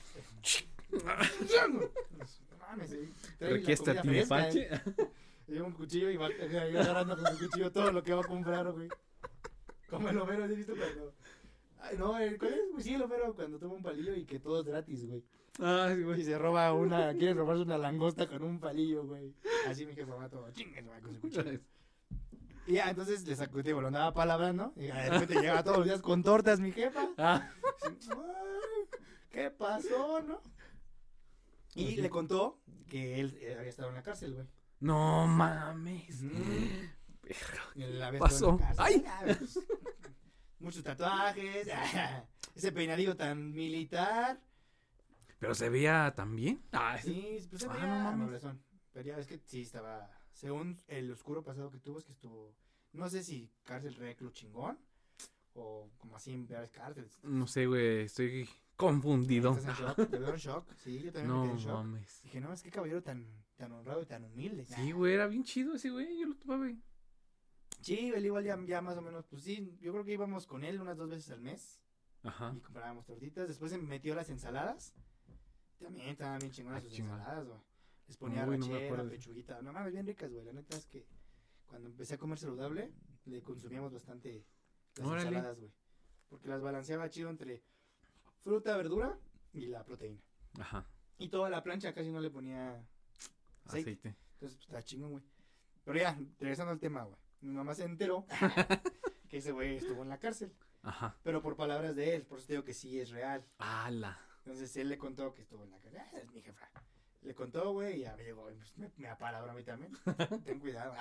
no mames, eh, trae la Requiesta comida fresca, Timipache. eh. Lleva un cuchillo y va ahí agarrando con su cuchillo todo lo que va a comprar, güey. Como el Homero, ¿has visto cuando...? Ay, no, el- ¿cuál es, güey? Sí, el Homero cuando toma un palillo y que todo es gratis, güey. Ah, sí, Y güey. se roba una, quiere robarse una langosta con un palillo, güey. Así mi jefa va todo, chingue, güey, con su cuchillo. Y ya, entonces le sacó, digo, lo andaba palabrando. Y de repente llegaba todos los días con tortas, mi jefa. Ah, Así, "Ay, ¿qué pasó, no? Y Oye. le contó que él eh, había estado en la cárcel, güey. no mames. Ujú. Perro. Él había Pasó. estado en la cárcel. Ay. Ah, pues, muchos tatuajes. Ese peinadillo tan militar. Pero se veía tan bien. Ah, sí. Sí, pues se Ah, veía no mames. noblezón. Pero ya ves que sí estaba, según el oscuro pasado que tuvo, es que estuvo, no sé si cárcel reclu chingón, o como así en varias cárceles. No sé, güey, estoy confundido. ¿Estás en shock? ¿Te veo en shock? Sí, yo también me No quedé en shock. mames. Dije, no, es que caballero tan, tan honrado y tan humilde. Sí, güey, era bien chido ese güey, yo lo topaba, güey. Sí, él igual ya, ya más o menos, pues sí, yo creo que íbamos con él unas dos veces al mes. Ajá. Y comprábamos tortitas. Después se metió las ensaladas. También estaban bien chingonas Ah, sus chingón. ensaladas, güey. Les ponía Uy, no me rachera, acuerdo. pechuguita. No mames, bien ricas, güey. La neta es que cuando empecé a comer saludable, le consumíamos bastante las Órale. ensaladas, güey. Porque las balanceaba chido entre fruta, verdura y la proteína. Ajá. Y toda la plancha casi no le ponía aceite. Aceite. Entonces, pues está chingón, güey. Pero ya, regresando al tema, güey. Mi mamá se enteró que ese güey estuvo en la cárcel. Ajá. Pero por palabras de él, por eso te digo que sí es real. ¡Hala! Entonces él le contó que estuvo en la cárcel. Ah, es mi jefa. Le contó, güey, y ya me llegó. y pues, me, me apalabró a mí también. Ten cuidado.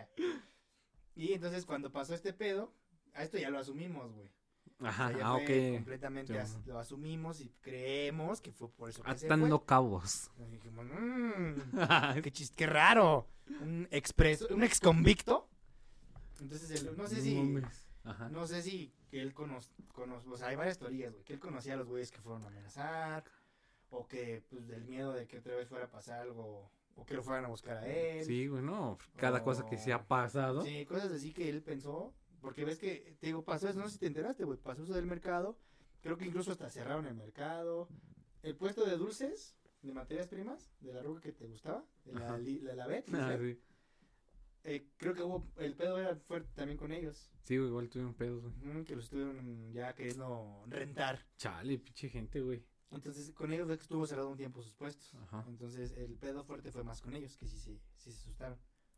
Y entonces cuando pasó este pedo, a esto ya lo asumimos, güey. Ajá, O sea, ya ah, fue ok. completamente Sí. as- lo asumimos y creemos que fue por eso que se Atando fue. cabos. Y dijimos, mmm, qué chis, qué raro. Un expreso, un ex convicto. Entonces, él- no sé si, mames. Ajá. no sé si que él conoce, o sea, hay varias teorías, güey, que él conocía a los güeyes que fueron a amenazar, o que, pues, del miedo de que otra vez fuera a pasar algo, o que lo fueran a buscar a él. Sí, güey, no. Cada cosa que se ha Oh. pasado. Sí, cosas así que él pensó, porque ves que, te digo, pasó eso, no sé si te enteraste, güey, pasó eso del mercado, creo que incluso hasta cerraron el mercado, el puesto de dulces, de materias primas, de la ruca que te gustaba, de la, Ajá. li- de la Bet, Ah, sí. eh, creo que hubo, el pedo era fuerte también con ellos, Sí, güey, igual tuvieron pedos, güey. ujú, que los estuvieron ya queriendo rentar. Chale, pinche gente, güey. Entonces, con ellos ves que estuvo cerrado un tiempo sus puestos. Ajá. Entonces, el pedo fuerte fue más con ellos, que sí, sí, sí se asustaron.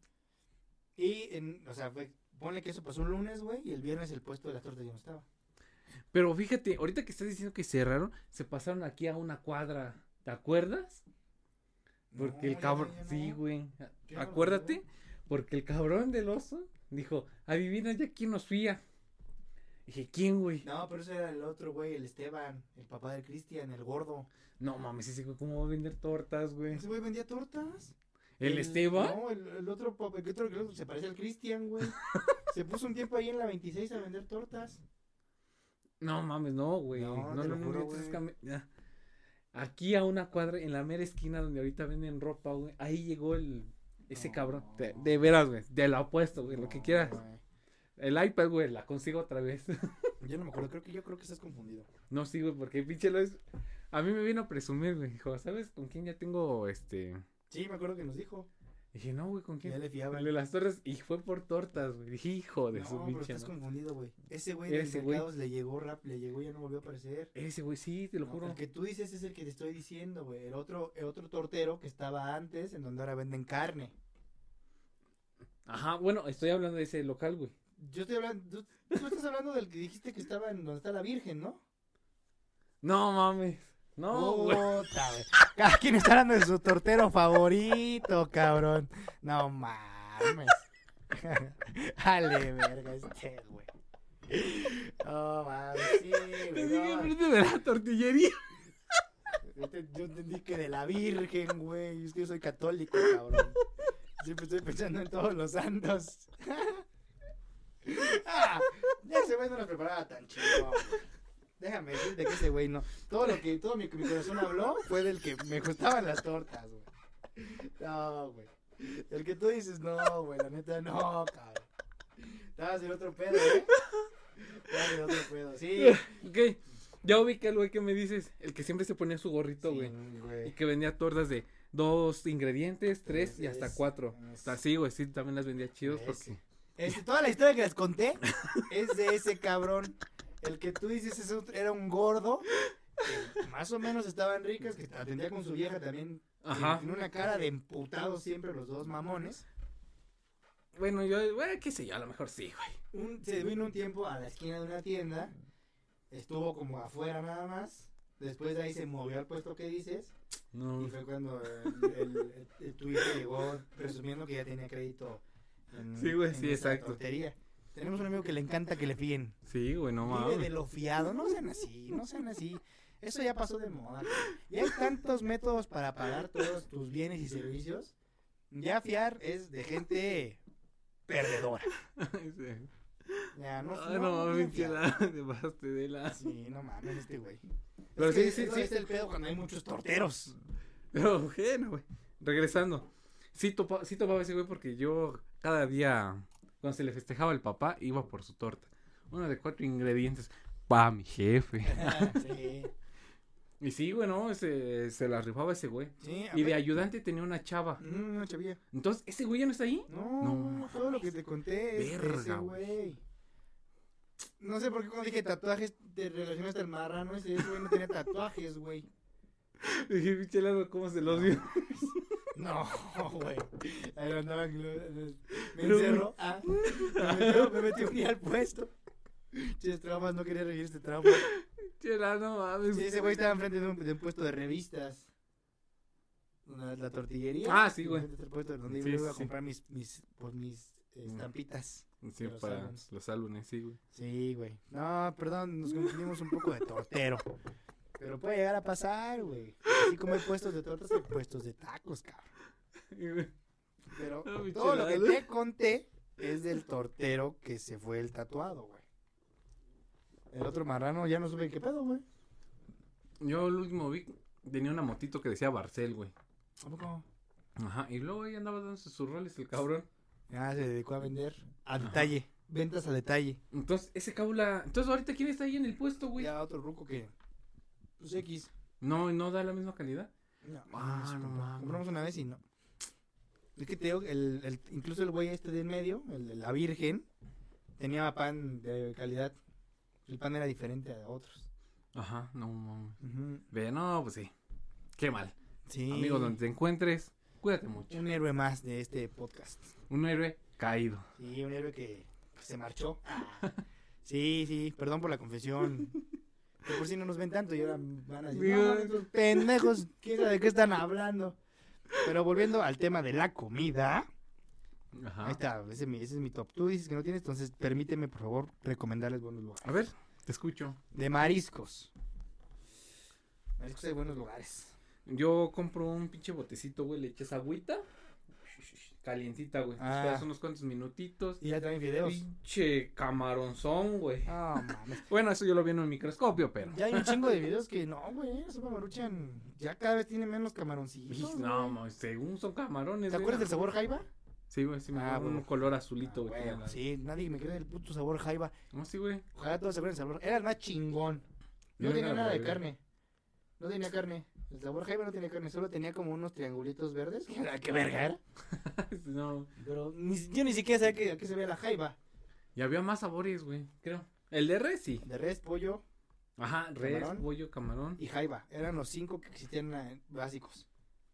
Y, en, o sea, fue, ponle que eso pasó un lunes, güey, y el viernes el puesto de las tortas ya no estaba. Pero fíjate, ahorita que estás diciendo que cerraron, se pasaron aquí a una cuadra. ¿Te acuerdas? Porque No, el ya cabrón. no, ya no. Sí, güey. ¿Qué no me Acuérdate, acuerdo? porque el cabrón del oso dijo: adivina ya quién nos fía. Dije: ¿quién, güey? No, pero ese era el otro, güey, el Esteban, el papá del Cristian, el gordo. No mames, ese güey, ¿cómo va a vender tortas, güey? ¿Ese güey vendía tortas? ¿El Esteban? No, el, el otro, papá, el otro, el otro se parece al Cristian, güey. Se puso un tiempo ahí en la veintiséis a vender tortas. No mames, no, güey. No, No, te no, lo no, juro, no, estás güey. cambi- ya. Aquí a una cuadra, en la mera esquina donde ahorita venden ropa, güey. Ahí llegó el. Ese No. cabrón. De, de veras, güey. Te lo apuesto, güey. Lo que No, quieras. güey. El iPad, güey, la consigo otra vez. Yo no me acuerdo, creo que yo creo que estás confundido. No, sí, güey, porque pinche lo es. A mí me vino a presumir, güey. Dijo: ¿sabes con quién ya tengo este? Sí, me acuerdo que nos dijo. Dije: no, güey, ¿con quién? Ya le fiaba. El de las torres. Y fue por tortas, güey. Dije: hijo de No, su pero pinche. estás ¿no? confundido, güey. Ese güey Ese de güey. mercados le llegó rap, le llegó y ya no volvió a aparecer. Ese, güey, sí, te lo No, juro. el que tú dices es el que te estoy diciendo, güey. El otro, el otro tortero que estaba antes, en donde ahora venden carne. Ajá, bueno, estoy hablando de ese local, güey. Yo estoy hablando, tú, tú estás hablando del que dijiste que estaba en donde está la Virgen, ¿no? No mames. No, güey. Puta, güey. Cada quien está hablando de su tortero favorito, cabrón. No mames. Dale, verga, este, güey. No mames, sí, Te güey. dije no. enfrente de la tortillería. Yo, te- yo entendí que de la Virgen, güey. Es que yo soy católico, cabrón. Siempre estoy pensando en todos los santos. Ah, ese güey no nos preparaba tan chido. Déjame decirte que ese güey no. Todo lo que, todo mi, mi corazón habló fue del que me gustaban las tortas, güey. No, güey. El que tú dices, no, güey, la neta, no, cabrón. Estabas en otro pedo, ¿eh? Estabas en otro pedo, sí. Ok, ya ubiqué el güey que me dices. El que siempre se ponía su gorrito, Sí, güey. Y güey. que vendía tortas de dos ingredientes, tres y Ese hasta es, cuatro. ese. Así, güey, sí, también las vendía chidos Ese. porque. Este, toda la historia que les conté es de ese cabrón. El que tú dices es otro- era un gordo. Que más o menos estaban ricas, que atendía con su vieja también. Ajá. En una cara de emputados siempre los dos mamones. Bueno, yo, güey, qué sé yo, a lo mejor sí, güey. Un, se vino un tiempo a la esquina de una tienda. Estuvo como afuera nada más. Después de ahí se movió al puesto que dices. No. Y fue cuando el, el, el, el tu hija llegó presumiendo que ya tenía crédito en, Sí, güey, en sí, esa exacto. tortería. Tenemos un amigo que le encanta que le fíen. Sí, güey, no Vive de mames. lo fiado, no sean así, no sean así. Eso ya pasó de moda. Y hay tantos métodos para pagar todos tus bienes y servicios. Ya fiar es de gente perdedora. Sí. Ya, no, Ay, no, no, no mames, fiar. chela, te pasaste de la... Sí, no mames, este güey. Pero Es que sí, sí, eso sí. es el pedo cuando hay muchos torteros. Pero bueno, güey. Regresando. Sí, topa, sí topaba ese güey porque yo cada día, cuando se le festejaba al papá, iba por su torta. Una de cuatro ingredientes. Pa, mi jefe. Sí. Y sí, güey, no, ese, se la rifaba ese güey. Sí, Y de ayudante tenía una chava. Mm, no, chavilla. Entonces, ¿ese güey ya no está ahí? No, No todo lo que te conté es de Verga, ese güey. No sé por qué cuando dije tatuajes te relacionaste al marrano ese, ese güey no tenía tatuajes, güey. Dije, pinche Lalo, ¿cómo se los vio? No, güey. Ahí lo andaban. Me Pero- encerró. Ah, me metió, me metió un día al puesto. Ches traumas, no quería revivir este trauma. Chela, no mames. Sí, ese güey estaba enfrente de un, de un puesto de revistas. La, la tortillería. Ah, sí, güey. Enfrente del puesto donde Sí, yo iba a sí, comprar mis, mis, pues, mis eh, Mm. estampitas. Sí, de los para álbumes. los álbumes, sí, güey. Sí, güey. No, perdón, nos confundimos un poco de tortero. Pero puede llegar a pasar, güey. Así como hay puestos de tortas, hay puestos de tacos, cabrón. Pero No, mi todo lo que chelado. te conté es del tortero que se fue el tatuado, güey. El otro marrano ya no supe qué pedo, güey. Yo el último vi, tenía una motito que decía Barcel, güey. ¿A poco? Ajá, y luego ahí andaba dándose sus roles el cabrón. Ya se dedicó a vender a Ajá. detalle. Ventas a detalle. Entonces, ese cabula... Entonces, ahorita, ¿quién está ahí en el puesto, güey? Ya otro ruco que. Pues X. No, no da la misma calidad. No, Ah, no, no mames. compramos una vez y no. Es que te digo, el, el, incluso el güey este de en medio, el de la Virgen, tenía pan de calidad. El pan era diferente a otros. Ajá, no mames. Ujú. Ve, no, pues sí. Qué mal. Sí. Amigo, donde te encuentres, cuídate mucho. Un héroe más de este podcast. Un héroe caído. Sí, un héroe que pues, se marchó. Sí, sí, perdón por la confesión. Que por si no nos ven tanto y ahora van a decir, Digo- no, mames, estos pendejos, ¿quién sabe de qué están hablando? Pero volviendo al tema de la comida, Ajá. ahí está, ese es, mi, ese es mi top. Tú dices que no tienes, entonces permíteme, por favor, recomendarles buenos lugares. A ver, te escucho. De mariscos. Mariscos hay buenos lugares. Yo compro un pinche botecito, güey, le echas agüita. Calientita, güey. Ah. Esperas unos cuantos minutitos. Y ya traen videos. Pinche camaronzón, güey. No, mames. Bueno, eso yo lo vi en un microscopio, pero. Ya hay un chingo de videos que no, güey, esos Maruchan ya cada vez tiene menos camaroncitos. Ij, güey. No, mames, según son camarones. ¿Te güey. acuerdas del sabor jaiba? Sí, güey, sí, me Ah, da un bueno. color azulito, Ah, güey. bueno, toda la- sí, nadie me cree del puto sabor jaiba. No, sí, güey. Ojalá todos se acuerden del sabor. Era el más chingón. No Yo tenía era nada de güey. carne. No tenía carne. El sabor jaiba no tenía carne, solo tenía como unos triangulitos verdes. ¿Qué verga era? No. Pero ni, yo ni siquiera sabía que, a qué se veía la jaiba. Y había más sabores, güey, creo. El de res, sí. De res, pollo Ajá, res, Camarón. pollo, camarón. y jaiba. Eran los cinco que existían eh, básicos.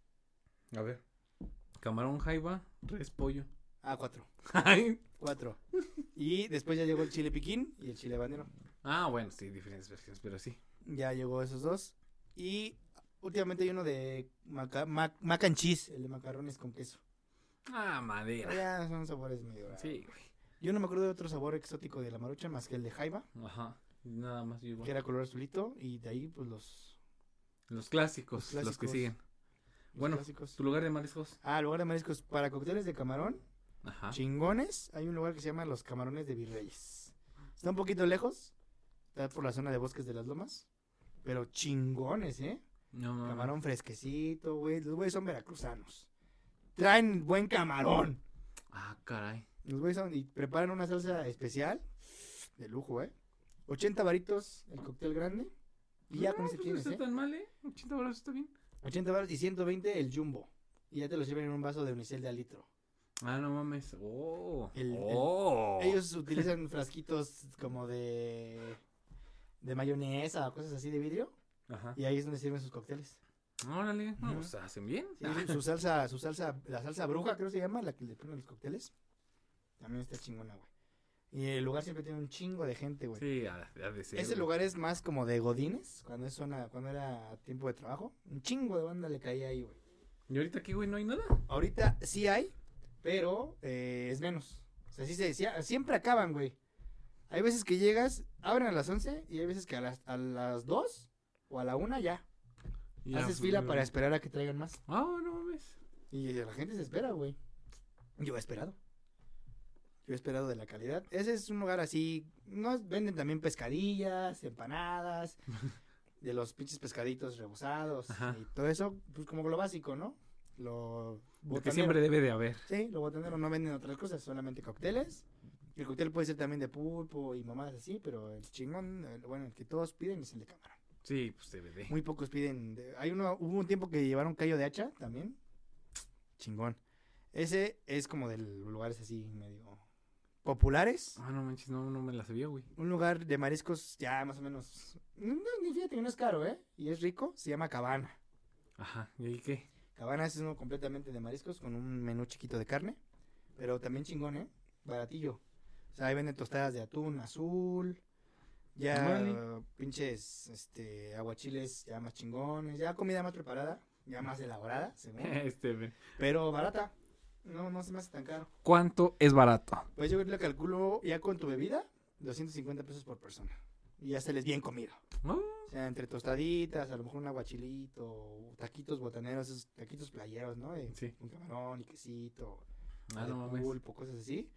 A ver. Camarón, jaiba, res, pollo. Ah, cuatro. Ay. Cuatro. Y después ya llegó el chile piquín y el chile habanero. Ah, bueno, sí, diferentes versiones, pero sí. Ya llegó esos dos. Y últimamente hay uno de maca, mac, mac and cheese, el de macarrones con queso. Ah, Pero madera. ya son sabores medio raros. Sí, güey. Yo no me acuerdo de otro sabor exótico de la marucha más que el de jaiba, Ajá. Nada más yo igual. que era color azulito. Y de ahí, pues los, Los clásicos, Los los, que clásicos. siguen. los Bueno, clásicos. ¿Tu lugar de mariscos? Ah, lugar de mariscos para cócteles de camarón. Ajá. Chingones. Hay un lugar que se llama Los Camarones de Virreyes. Está un poquito lejos. Está por la zona de Bosques de las Lomas. Pero chingones, ¿eh? No, no, no. Camarón fresquecito, güey. Los güeyes son veracruzanos. Traen buen camarón. Ah, caray. Los güeyes son y preparan una salsa especial. De lujo, ¿eh? ochenta varitos el cóctel grande. Y ya No, con ese pues tienes, no ¿eh? está tan mal, ¿eh? ochenta baros está bien. ochenta baros y ciento veinte el jumbo. Y ya te lo sirven en un vaso de unicel de al litro. Ah, no mames. Oh. El- el- oh. Ellos utilizan frasquitos como de... De mayonesa o cosas así de vidrio. Ajá. Y ahí es donde sirven sus cócteles. Órale. No, Ujú. pues hacen bien. Sí, su, su salsa, su salsa, la salsa bruja creo se llama, la que le ponen los cócteles. También está chingona, güey. Y el lugar siempre tiene un chingo de gente, güey. Sí, ha, ha de ser. Ese güey. lugar es más como de godines, cuando es zona, cuando era tiempo de trabajo. Un chingo de banda le caía ahí, güey. ¿Y ahorita aquí, güey, no hay nada? Ahorita sí hay, pero eh, es menos. O sea, sí se decía, siempre acaban, güey. Hay veces que llegas, abren a las once y hay veces que a las, a las dos o a la una ya. Ya, Haces pues, fila güey. para esperar a que traigan más. Ah, no mames. Y la gente se espera, güey. Yo he esperado. Yo he esperado de la calidad. Ese es un lugar así. Nos venden también pescadillas, empanadas, de los pinches pescaditos rebozados. Ajá. Y todo eso, pues como lo básico, ¿no? Lo Lo que botanero. siempre debe de haber. Sí, lo botanero, no venden otras cosas, solamente cócteles. El cóctel puede ser también de pulpo y mamadas así, pero el chingón, el- bueno, el que todos piden es el de camarón. Sí, pues debe de. Muy pocos piden. de- Hay uno, hubo un tiempo que llevaron callo de hacha también. Chingón. Ese es como de lugares así medio populares. Ah, no manches, no, no me la sabía, güey. Un lugar de mariscos ya más o menos. No, no, ni fíjate que no es caro, ¿eh? Y es rico. Se llama Cabana. Ajá, ¿y ahí qué? Cabana es uno completamente de mariscos con un menú chiquito de carne. Pero también chingón, ¿eh? Baratillo. O sea, ahí venden tostadas de atún azul. Ya Órale. pinches este, aguachiles ya más chingones. Ya comida más preparada. Ya más elaborada, según. Este, ven. Pero barata. No, no se me hace tan caro. ¿Cuánto es barato? Pues yo le calculo ya con tu bebida, doscientos cincuenta pesos por persona. Y ya se les bien comido. Oh, O sea, entre tostaditas, a lo mejor un aguachilito, taquitos botaneros, esos taquitos playeros, ¿no? De- Sí. Con camarón y quesito, ah, de no mames. pulpo, cosas así.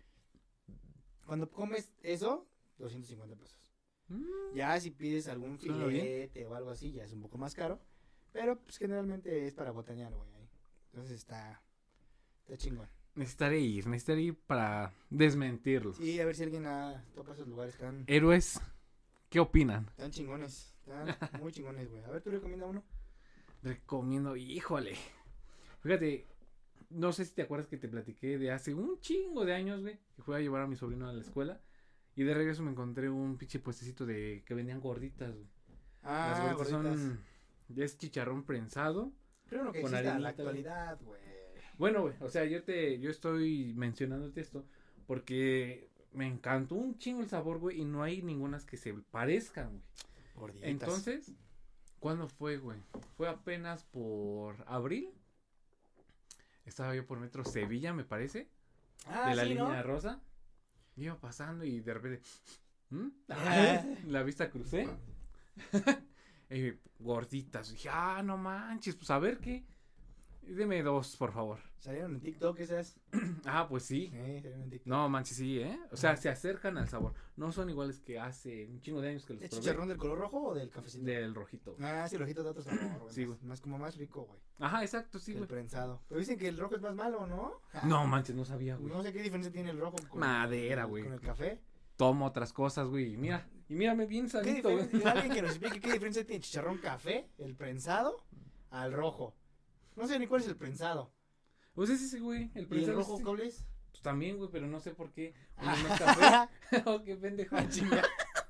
Cuando comes eso, doscientos cincuenta pesos. Mm, Ya si pides algún Suena bien. filete o algo así, ya es un poco más caro. Pero pues generalmente es para botanear, güey. ahí. Entonces está, está chingón. Necesitaré ir, necesitaré ir para desmentirlo. Sí, a ver si alguien ha topa esos lugares tan, Héroes, ¿qué opinan? tan chingones. Están muy chingones, güey. A ver, tú recomienda uno. Recomiendo, híjole. Fíjate, no sé si te acuerdas que te platiqué de hace un chingo de años, güey, que fui a llevar a mi sobrino a la escuela. Y de regreso me encontré un pinche puestecito de que vendían gorditas, güey. Las Ah, gorditas gorditas. son, ya es chicharrón prensado. Pero no que con exista en la arenita, güey. actualidad, güey. Bueno, güey, o sea, yo te, yo estoy mencionándote esto porque me encantó un chingo el sabor, güey, y no hay ningunas que se parezcan, güey. Gorditas. Entonces, ¿cuándo fue, güey? Fue apenas por abril. Estaba yo por Metro Sevilla, me parece, ah, de la sí, línea ¿no? rosa. Iba pasando y de repente, ¿mm? Ah. La vista crucé. Eh, gorditas. Dije, ah, no manches, pues a ver qué. Deme dos, por favor. Salieron en TikTok esas. Ah, pues sí. Sí, salieron en TikTok. No manches, sí, ¿eh? O sea, Ajá. se acercan al sabor. No son iguales que hace un chingo de años que los ¿Es probé. chicharrón del color rojo o del cafecito? Del rojito. Ah, sí, el rojito de otro sabor, güey. Sí, más, güey. más como más rico, güey. Ajá, exacto, sí, que el güey. prensado. Pero dicen que el rojo es más malo, ¿no? No manches, no sabía, güey. No sé qué diferencia tiene el rojo con Madera, el- güey. Con el café. Tomo otras cosas, güey. Y mira, y mírame bien ¿Qué sanito, güey. diferencia? Alguien que nos explique qué diferencia tiene chicharrón café, el prensado, al rojo. No sé ni cuál es el prensado. Pues es ese, güey. El ¿Y el prensado rojo es- cuál es? Pues también, güey, pero no sé por qué. Uno no es café. Oh, qué pendejo. Ah, chinga.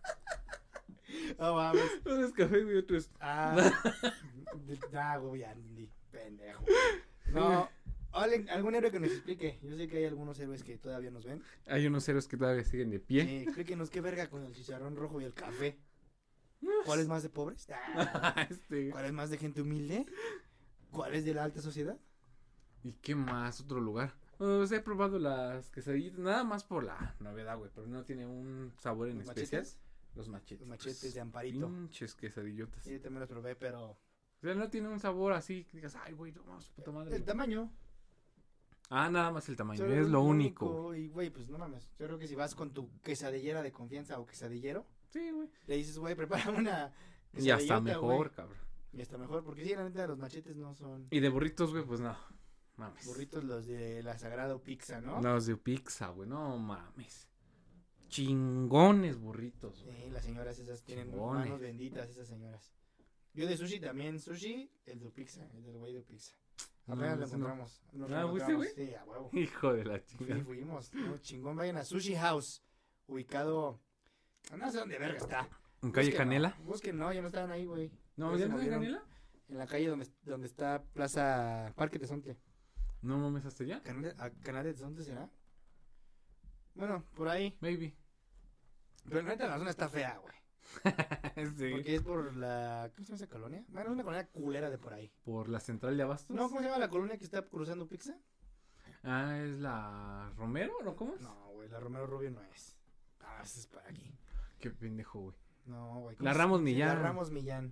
No mames. Uno es café, güey, otro es. Ah, de- ah, güey, ya entendí. Pendejo. No, alguien- algún héroe que nos explique. Yo sé que hay algunos héroes que todavía nos ven. Hay unos héroes que todavía siguen de pie. Eh, explíquenos qué verga con el chicharrón rojo y el café. ¿Cuál es más de pobres? Ah, este. ¿cuál es más de gente humilde? ¿Cuál es de la alta sociedad? ¿Y qué más? Otro lugar. O sea, he probado las quesadillas, nada más por la novedad, güey, pero no tiene un sabor en ¿Los especial. machetes? Los machetes. Los machetes de Amparito. Pinches quesadillotas. Sí, yo también los probé, pero... O sea, no tiene un sabor así que digas, ay, güey, no, su puta madre. El tamaño. Ah, nada más el tamaño, solo es lo único. Y, güey, pues no mames. Yo creo que si vas con tu quesadillera de confianza o quesadillero, Sí, güey. le dices, güey, prepara una Y hasta quesadillota, mejor, güey. cabrón. Y hasta mejor, porque sí, la neta, los machetes no son Y de burritos, güey, pues no. Mames. burritos los de la Sagrado Pizza, ¿no? Los de pizza, güey, no mames. Chingones burritos, güey. Sí, las señoras esas tienen Chingones. manos benditas, esas señoras. Yo de sushi también, sushi, el de pizza, el del güey de pizza. No, Apenas lo ese no. encontramos. nos Ah, lo ¿fuiste, encontramos. güey? Sí, a huevo. Hijo de la Sí, chica. fuimos. No, chingón, vayan a Sushi House, ubicado, no sé dónde verga está. ¿En calle Búsquenlo, Canela? Busquen, no, ya no estaban ahí, güey. No, Ya ¿ya se no es movieron. Canela? En la calle donde, donde está Plaza Parque Tezontle. No mames, hasta allá. ¿Canal, a Canal de Tezontle será? Bueno, por ahí. Maybe. Pero neta la zona está fea, güey. Sí. Porque es por la... ¿Cómo se llama esa colonia? Bueno, es una colonia culera de por ahí. ¿Por la central de Abastos? No, ¿cómo se llama la colonia que está cruzando Pizza? Ah, ¿es la Romero? ¿No? ¿Cómo es? No, güey, la Romero Rubio no es. Ah, esa es para aquí. Qué pendejo, güey. No, güey. ¿cómo La se- Ramos sí, Millán. La Ramos Millán.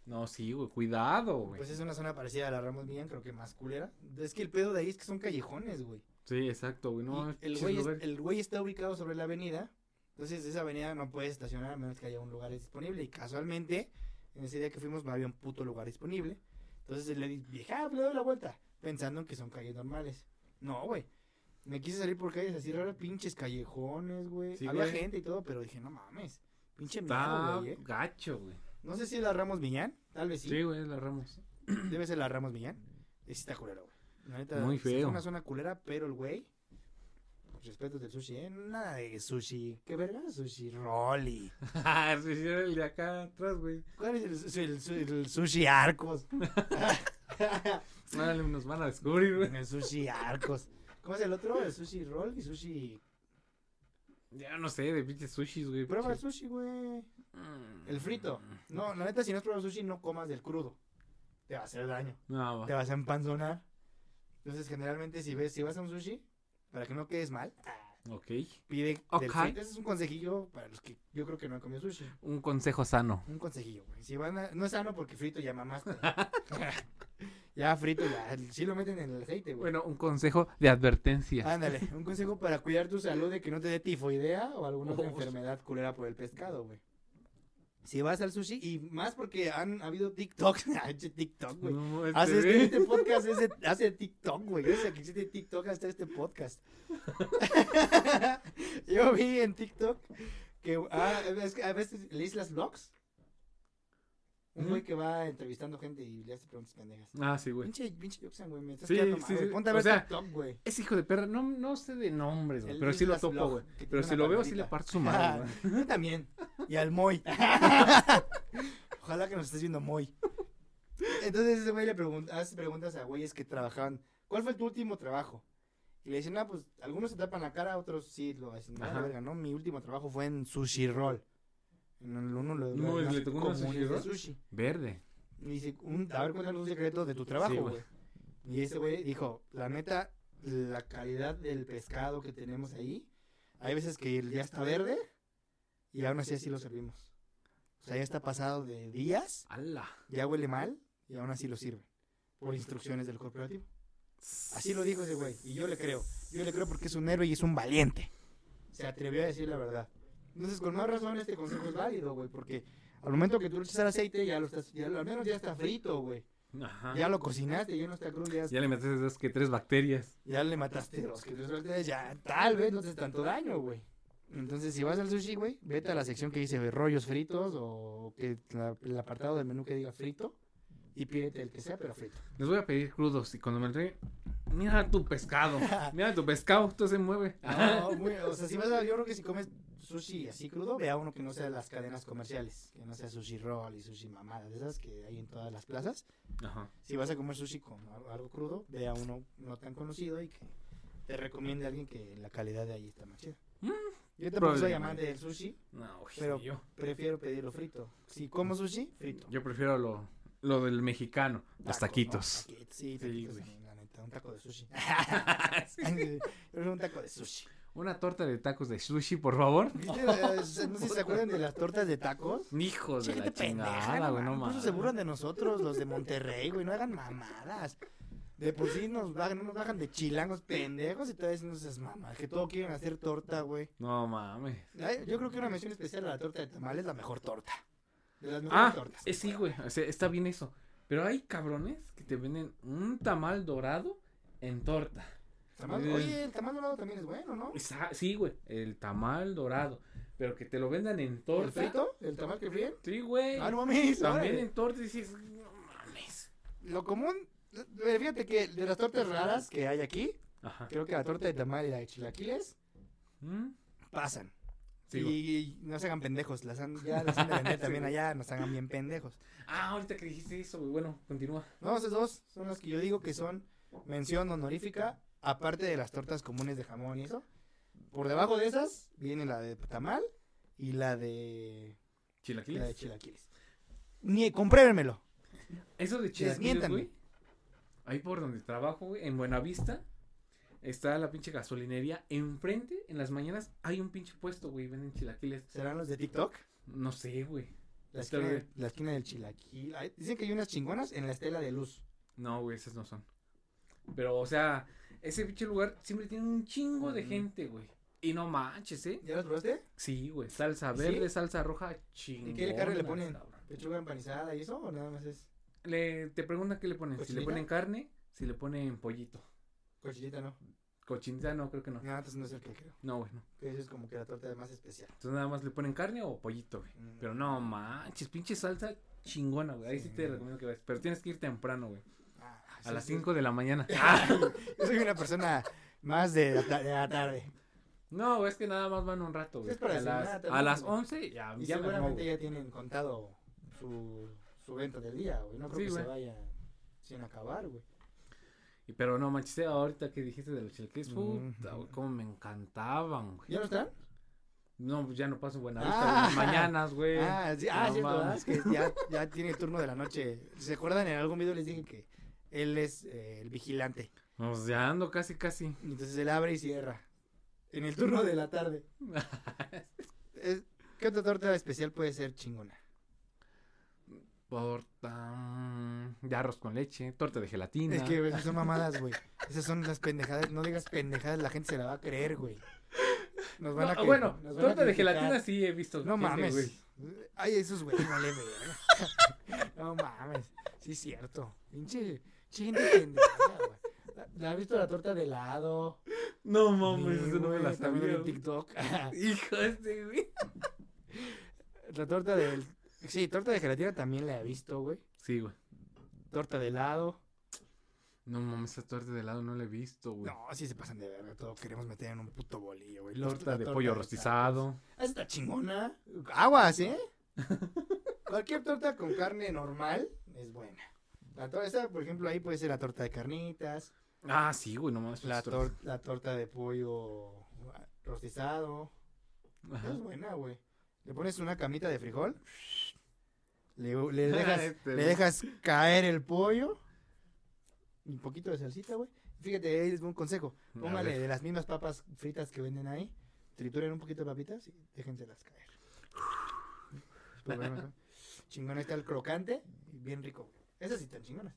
No, sí, güey, cuidado, güey. Pues es una zona parecida a la Ramos Millán, creo que más culera. Es que el pedo de ahí es que son callejones, güey. Sí, exacto, güey, no. Y el chis güey, es- lugar. el güey está ubicado sobre la avenida, entonces esa avenida no puedes estacionar a menos que haya un lugar disponible. Y casualmente, en ese día que fuimos no había un puto lugar disponible. Entonces le dije, ah, le doy la vuelta, pensando en que son calles normales. No, güey. Me quise salir por calles así raras, pinches callejones, güey. Sí, había güey. gente y todo, pero dije, no mames, pinche Está miedo, güey, eh. gacho, güey. No sé si es la Ramos Millán, tal vez sí. Sí, güey, la Ramos. Debe ser la Ramos Millán. Y sí está culero, güey. La neta, Muy sí fue feo. una zona culera, pero el güey. Respeto del sushi, ¿eh? Nada de sushi. ¿Qué verga? Sushi rolly. Sí, sí, era el de acá atrás, güey. ¿Cuál es el, su- el su- el sushi arcos? Vale, nos van a descubrir, güey. El sushi arcos. ¿Cómo es el otro? El sushi roll y sushi. Ya no sé, de pinches sushis, güey. Prueba el pinches- sushi, güey. Mm. El frito. No, la neta, si no has probado sushi, no comas del crudo. Te va a hacer daño. No, Te va. vas a empanzonar. Entonces, generalmente, si ves, si vas a un sushi, para que no quedes mal, Ok. pide Ok. del frito. Ese es un consejillo para los que yo creo que no han comido sushi. Un consejo sano. Un consejillo, güey. Si van a... No es sano porque frito ya mamaste. Ya frito, ya. Sí lo meten en el aceite, güey. Bueno, un consejo de advertencia. Ándale, un consejo para cuidar tu salud de que no te dé tifoidea o alguna otra Oh, enfermedad culera por el pescado, güey. Si vas al sushi, y más porque han habido TikToks, H TikTok, güey. No, este, Hace güey. este, este podcast, hace, hace TikTok, güey. Gracias a que existe TikTok hasta este podcast. Yo vi en TikTok que ah, es que a veces le las vlogs. Un Ujú. güey que va entrevistando gente y le hace preguntas pendejas. Ah, sí, güey. Pinche, pinche Yoxan, güey. Me estás Sí, quedando mal, sí, güey. sí. Ponte a O ver sea, TikTok, güey. Ese hijo de perra, no, no sé de nombres, güey, El pero sí lo Islas topo, Vlog, güey. que tiene Pero una si lo veo, sí le palabrita. parto su madre, güey. Yo también. Y al Moy. Ojalá que nos estés viendo Moy. Entonces ese güey le pregunta, hace preguntas a güeyes que trabajaban. ¿Cuál fue tu último trabajo? Y le dicen, ah, pues algunos se tapan la cara, otros sí lo hacen. Ah, la Ajá. verga, no, mi último trabajo fue en Sushi Roll. En el uno lo No, ¿le tocó una Sushi Roll? sushi. Verde. Y dice, un, a ver, cuéntanos un secreto de tu trabajo, Sí, güey. güey. Y ese güey dijo, la neta, la calidad del pescado que tenemos ahí, hay veces que ya está verde y aún así así lo servimos. O sea, ya está pasado de días, ¡Hala! ya huele mal y aún así lo sirven. Por instrucciones del corporativo. Así lo dijo ese güey. Y yo le creo. Yo le creo porque es un héroe y es un valiente. Se atrevió a decir la verdad. Entonces, con más razón, este consejo es válido, güey. Porque al momento que tú le echas el aceite, ya lo estás, ya, al menos ya está frito, güey. Ajá. Ya lo cocinaste, ya no está crudo, ya, Ya le metes esas que tres bacterias. ya le mataste dos que tres bacterias, ya tal vez no te hace tanto daño, güey. Entonces, si vas al sushi, güey, vete a la sección que dice rollos fritos o que la- el apartado del menú que diga frito y pídete el que sea, pero frito. Les voy a pedir crudos y cuando me entreguen, mira tu pescado. Mira tu pescado, todo se mueve. No, muy- o sea, si vas a, yo creo que si comes sushi así crudo, ve a uno que no sea de las cadenas comerciales, que no sea sushi roll y sushi mamadas, de esas que hay en todas las plazas. Ajá. Si vas a comer sushi con algo, algo crudo, ve a uno no tan conocido y que te recomiende a alguien que la calidad de ahí está más chida. Mm, Yo tampoco soy probablemente. amante del sushi, No, güey, Pero- sí, yo. prefiero pedirlo frito. Si como sushi, frito. Yo prefiero lo, lo del mexicano, los Tacos, taquitos. ¿no? Taquitos, sí, Sí, taquitos güey. también, la neta, un taco de sushi. Sí. Yo prefiero un taco de sushi. Una torta de tacos de sushi, por favor. ¿Viste? Eh, No sé si se acuerdan de las tortas de tacos. Hijos de Che, la gente pendeja, chingada, güey, no mames, por eso mames. se burlan de nosotros, los de Monterrey, güey, no hagan mamadas. De por sí nos bajan, no nos bajan de chilangos pendejos y todavía diciendo esas mamadas, que todo quieren hacer torta, güey. No mames. Ay, yo creo que una mención especial a la torta de tamal es la mejor torta. De las mejores Ah, tortas. eh, sí, güey, o sea, está bien eso. Pero hay cabrones que te venden un tamal dorado en torta. Tamal- eh. oye, el tamal dorado también es bueno, ¿no? Esa- sí, güey, el tamal dorado. Pero que te lo vendan en ¿El torta. frito? ¿El tamal que fríen? Sí, güey. Ah, no mames, También órale. en torta y dices, no mames. Lo común, eh, fíjate que de las tortas raras que hay aquí, Ajá. creo que la torta de tamal y la de chilaquiles ¿Mm? pasan. Sí, güey. y no se hagan pendejos, las han, ya las han de vender Sí, también güey. allá, no se hagan bien pendejos. Ah, ahorita que dijiste eso, güey. Bueno, continúa. No, esas dos son las que yo digo que son mención honorífica, aparte de las tortas comunes de jamón y eso. Por debajo de esas viene la de tamal y la de, la de ¿Chilaquiles? chilaquiles. Ni, compruébenmelo. Eso de chilaquiles, Desmiéntanme. güey. Ahí por donde trabajo, güey, en Buenavista, está la pinche gasolinería. Enfrente, en las mañanas, hay un pinche puesto, güey. Venden chilaquiles. ¿Serán los de TikTok? No sé, güey. La Está esquina, bien. la esquina del Chilaquil. Ay, dicen que hay unas chingonas en la Estela de Luz. No, güey, esas no son. Pero, o sea, ese pinche lugar siempre tiene un chingo de Ujú. gente, güey. Y no manches, ¿eh? ¿Ya las probaste? Sí, güey, salsa ¿Sí? verde, salsa roja, chingón. ¿Y qué carne le ponen? ¿Pechuga empanizada y eso o nada más es Le, te preguntan qué le ponen. Si le ¿Cochinita? ponen carne, si le ponen pollito. cochinita, no? Cochinita no, creo que no. No, entonces no es el que creo. No, güey, no. Que eso es como que la torta más especial. Entonces nada más le ponen carne o pollito, güey. Mm. Pero no manches, pinche salsa chingona, güey. Ahí sí, Sí. te recomiendo que vayas. Pero tienes que ir temprano, güey. Ah, A sí, las sí. cinco de la mañana. Yo soy una persona más de la, ta- de la tarde. No, es que nada más van un rato, güey. Es para a, desayunar las, también, a las güey. once ya, Y ya me seguramente voy. ya tienen contado su, su venta del día, güey. No creo Sí, que güey. se vaya sin acabar, güey. Y- Pero no manches, eh, ahorita que dijiste de los chileques, puta, Ujú. güey, cómo me encantaban, güey. ¿Ya no están? No, pues ya no paso buena vista, Ah. güey. Mañanas, güey. Ah, sí, ah, No cierto, ¿verdad? mames. Es que ya, ya tiene el turno de la noche. ¿Se acuerdan? En algún video les dije que él es eh, el vigilante. Pues ya ando casi, casi. Entonces él abre y cierra. En el turno de la tarde. Es- ¿Qué otra torta especial puede ser chingona? Torta mm, de arroz con leche, torta de gelatina. Es que esas son mamadas, güey. Esas son las pendejadas. No digas pendejadas, la gente se la va a creer, güey. Nos van No, a que- bueno, nos van a torta de criticar. gelatina sí he visto. No gente, mames. güey. Ay, esos güey, no le verga. No mames. Sí, es cierto. Pinche, pinche gente pendeja, güey. ¿La- ¿La has visto la torta de helado? No mames, Sí, eso no me la güey, también sabía. en TikTok. Hijo este, güey. La torta del. Sí, torta de gelatina también la he visto, güey. Sí, güey. Torta de helado. No mames, esa torta de helado no la he visto, güey. No, sí se pasan de verga. Todo queremos meter en un puto bolillo, güey. Torta La de pollo tacos. rostizado. Ah, está chingona. Aguas, ¿eh? Cualquier torta con carne normal es buena. La torta, esa, por ejemplo, ahí puede ser la torta de carnitas, Ah, sí, güey, no mames. la, esas tor- la torta de pollo rostizado. Ajá. Es buena, güey. Le pones una camita de frijol, le, le dejas, Este, le güey. dejas caer el pollo, y un poquito de salsita, güey. Fíjate, ahí es un consejo. A Póngale ver. de las mismas papas fritas que venden ahí, trituren un poquito de papitas y déjenselas caer. Después volvemos, ¿no? Chingón, ahí está el crocante, y bien rico, güey. Esas sí están chingonas.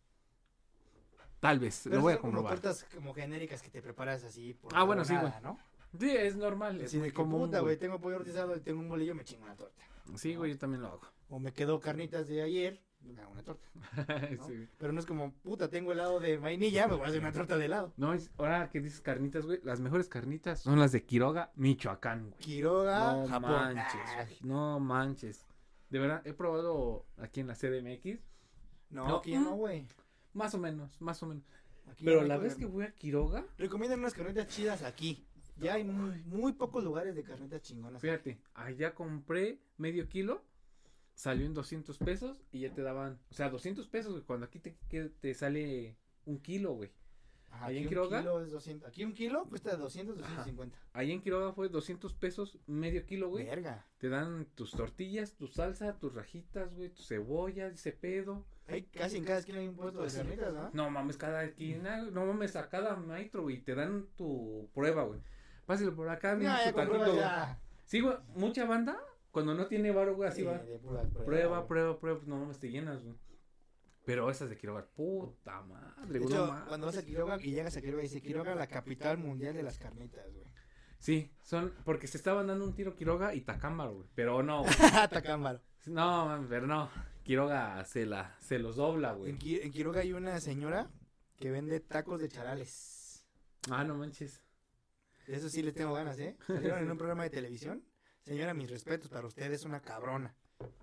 Tal vez, Pero lo voy a son como comprobar. tortas como genéricas que te preparas así por Ah, bueno, sí, nada, ¿no? Sí, es normal. Es Así de muy que, común, puta, güey. güey, tengo pollo rostizado y tengo un bolillo, me chingo una torta. Sí, güey, yo también lo hago. O me quedó carnitas de ayer, me hago una torta. ¿no? Sí. Pero no es como, puta, tengo helado de vainilla, me voy a hacer una torta de helado. No, es, ahora que dices carnitas, güey, las mejores carnitas son las de Quiroga, Michoacán, güey. Quiroga, No Japón. manches, Ah, güey, no manches. De verdad, he probado aquí en la C D M X, no, No, aquí ya no, mm. güey. más o menos, más o menos. Aquí Pero ya la no, vez que güey. voy a Quiroga, Recomiendan unas carnitas chidas aquí. Ya hay muy, muy pocos lugares de carnitas chingonas. fíjate, allá compré medio kilo, salió en doscientos pesos y ya te daban, o sea, doscientos pesos, güey, cuando aquí te, que te sale un kilo, güey. Ajá, ¿Ahí en aquí un Quiroga? kilo es doscientos. Aquí un kilo cuesta doscientos, doscientos cincuenta. Ahí en Quiroga fue doscientos pesos, medio kilo, güey. Verga. Te dan tus tortillas, tu salsa, tus rajitas, güey, tu cebolla, ese pedo. Hay casi en cada esquina hay un puesto de carnitas, ¿no? No mames, cada esquina, no mames, a cada maestro, güey, te dan tu prueba, güey. Pásale por acá, mira Ya, ya su con pruebas taquito. ya. Sí, güey, mucha banda, cuando no tiene varo, güey, así Sí, va. de puras pruebas, Prueba, güey. prueba, prueba, pues no mames, te llenas, güey. Pero esas de Quiroga, puta madre, De güey, hecho, no mames. cuando vas a Quiroga y llegas a Quiroga, dice Quiroga, la capital mundial de las carnitas, güey. Sí, son, porque se estaban dando un tiro Quiroga y Tacámbaro, güey, pero no, güey. Tacámbaro. No, mames, pero no, Quiroga se la, se los dobla, En, güey. Qui- en Quiroga hay una señora que vende tacos de charales. Ah, no manches. De eso sí les tengo ganas, ¿eh? Salieron en un programa de televisión. Señora, mis respetos para usted, es una cabrona.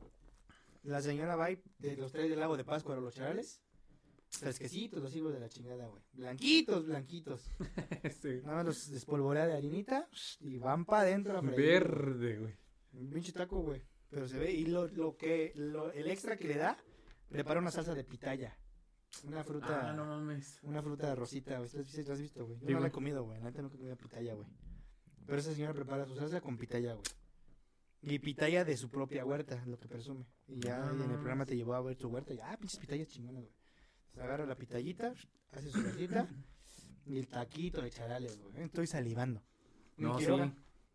La señora va y de los tres del lago de Pascua a los charales. Fresquecitos los hijos de la chingada, güey. Blanquitos, blanquitos. Sí. Nada más los espolvorea de harinita y van para adentro a freír. Verde, güey. Un pinche taco, güey. Pero se ve, y lo, lo que, lo, el extra que le da, prepara una salsa de pitaya. Una fruta, Ah, no mames. una fruta rosita, güey. ¿Lo has lo has visto, güey? Yo Sí, no la he güey. comido, güey. La neta nunca he comido pitaya, güey. Pero esa señora prepara su salsa con pitaya, güey. Y pitaya de su propia huerta, lo que presume. Y ya Ah, en no el mames. programa te llevó a ver su huerta. Y, ah, pinches pitayas chingonas, güey. Se agarra la pitayita, hace su salsita y el taquito de charales, güey. Estoy salivando. En No, Quiroga, sí.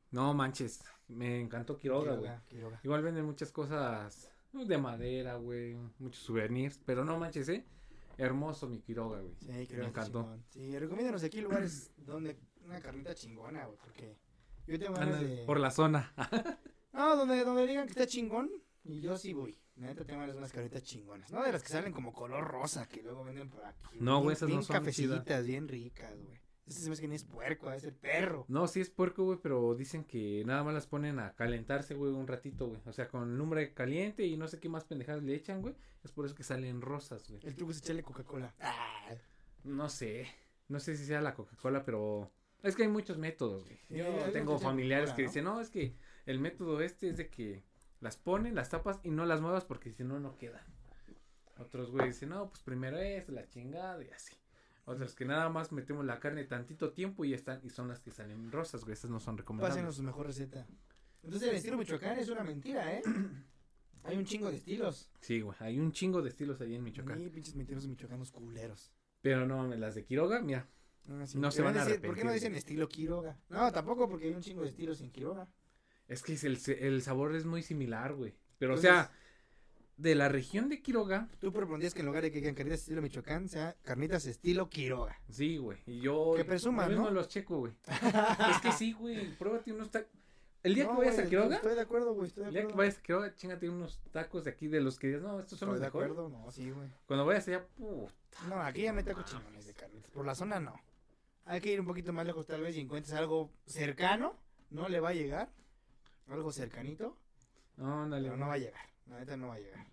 No manches, me encantó Quiroga, güey. Quiroga, Quiroga. Igual venden muchas cosas de madera, güey, muchos souvenirs, pero no manches, ¿eh? Hermoso mi Quiroga, güey. Sí, Quiroga Me está encantó. chingón. Sí, recomiéndanos aquí lugares donde una carnita chingona, güey, porque yo tengo ganas Anda, de... por la zona. No, donde, donde digan que está chingón, y yo sí voy. La neta tengo ganas de unas carnitas chingonas. No de las que salen como color rosa, que luego venden por aquí. No, güey, Bien- esas bien no son cafecillitas, chidas. bien ricas, güey. Ese se me hace que ni es puerco, es el perro. No, sí es puerco, güey, pero dicen que nada más las ponen a calentarse, güey, un ratito, güey. O sea, con lumbre caliente y no sé qué más pendejadas le echan, güey. Es por eso que salen rosas, güey. El truco es echarle Coca-Cola. Ah, No sé, no sé si sea la Coca-Cola, pero es que hay muchos métodos, güey. Sí, Yo hay unos tengo que echan familiares Coca-Cola, que ¿no? dicen, no, es que el método este es de que las ponen, las tapas y no las muevas porque si no, no quedan. Otros, güey, dicen, no, pues primero es la chingada y así. Otros que nada más metemos la carne tantito tiempo y están y son las que salen rosas, güey. Estas no son recomendables. pásenos su mejor receta. Entonces el estilo Michoacán es una mentira, ¿eh? Hay un chingo de estilos. Sí, güey, hay un chingo de estilos ahí en Michoacán. Sí, pinches mentirosos michoacanos culeros. Pero no, mames, las de Quiroga, mira, Ah, sí. No se Deberían van a decir, ¿por qué no arrepentir, dicen güey. estilo Quiroga? No, tampoco, porque hay un chingo de estilos en Quiroga. es que es el, el sabor es muy similar, güey. Pero, Entonces- o sea, de la región de Quiroga, Tú propondrías que en lugar de que digan carnitas estilo Michoacán, sea carnitas estilo Quiroga. sí, güey. Y yo. Que presuman, yo mismo ¿no? los checo, güey. Es que sí, güey. Pruébate unos tacos. El día No, que vayas güey, a Quiroga, Estoy de acuerdo, güey, estoy de el día que acuerdo. vayas a Quiroga, chingate unos tacos de aquí de los que digas, no, estos son Estoy los de mejores. acuerdo, no, sí, güey. Cuando vayas allá, puta. No, aquí ya no hay tacos chingones de carnitas. Por la zona no. Hay que ir un poquito más lejos tal vez y encuentres algo cercano. No le va a llegar. Algo cercanito. No, ándale. Pero no va a llegar. La neta no va a llegar.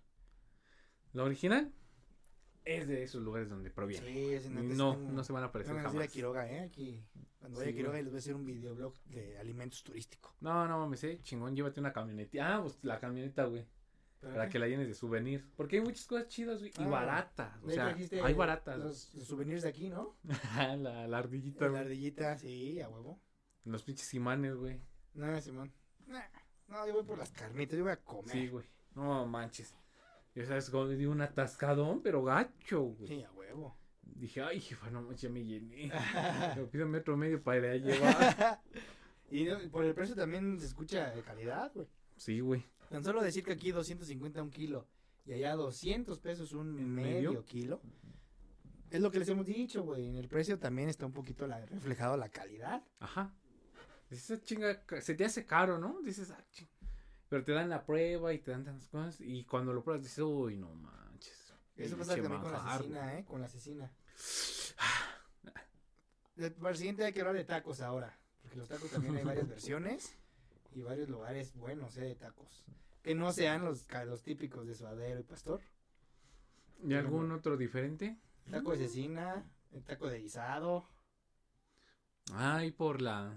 La original es de esos lugares donde proviene. Sí, ese Y neta, no, sí tengo- no se van a parecer tengo ganas de ir jamás. a Quiroga, ¿eh? Aquí. Cuando vaya Sí, a Quiroga güey. les voy a hacer un videoblog de alimentos turísticos. No, no mames, eh, chingón, llévate una camioneta. Ah, pues la camioneta, güey. Para que la llenes de souvenirs. Porque hay muchas cosas chidas, güey. Y Ah, baratas. O Ahí sea, trajiste hay baratas. Los, los souvenirs de aquí, ¿no? la, la ardillita, La güey. ardillita, sí, a huevo. Los pinches imanes, güey. No, Simón. Nah, No, yo voy por las carnitas, yo voy a comer. Sí, güey. No manches. Ya sabes, como di un atascadón, pero gacho, güey. Sí, a huevo. Dije, ay, jefa, no manches, ya me llené. Pero pídame otro medio para ir a llevar. Y no, por el precio también se escucha de calidad, güey. Sí, güey. Tan solo decir que aquí doscientos cincuenta un kilo y allá doscientos pesos un ¿En medio, medio? kilo. Es lo que les hemos dicho, güey. En el precio también está un poquito la, reflejado la calidad. Ajá. Esa chinga, se te hace caro, ¿no? Dices, ah, ching. Pero te dan la prueba y te dan tantas cosas. Y cuando lo pruebas dices, uy, no manches. Eso pasa pinche también con la manjar, güey. asesina, ¿eh? Con la asesina. De- Para el siguiente hay que hablar de tacos ahora. Porque los tacos también hay varias versiones y varios lugares buenos, ¿eh? De tacos. Que no sean los, ca- los típicos de suadero y pastor. ¿Y algún otro diferente? Taco de cecina, el taco de guisado. Ay, por la.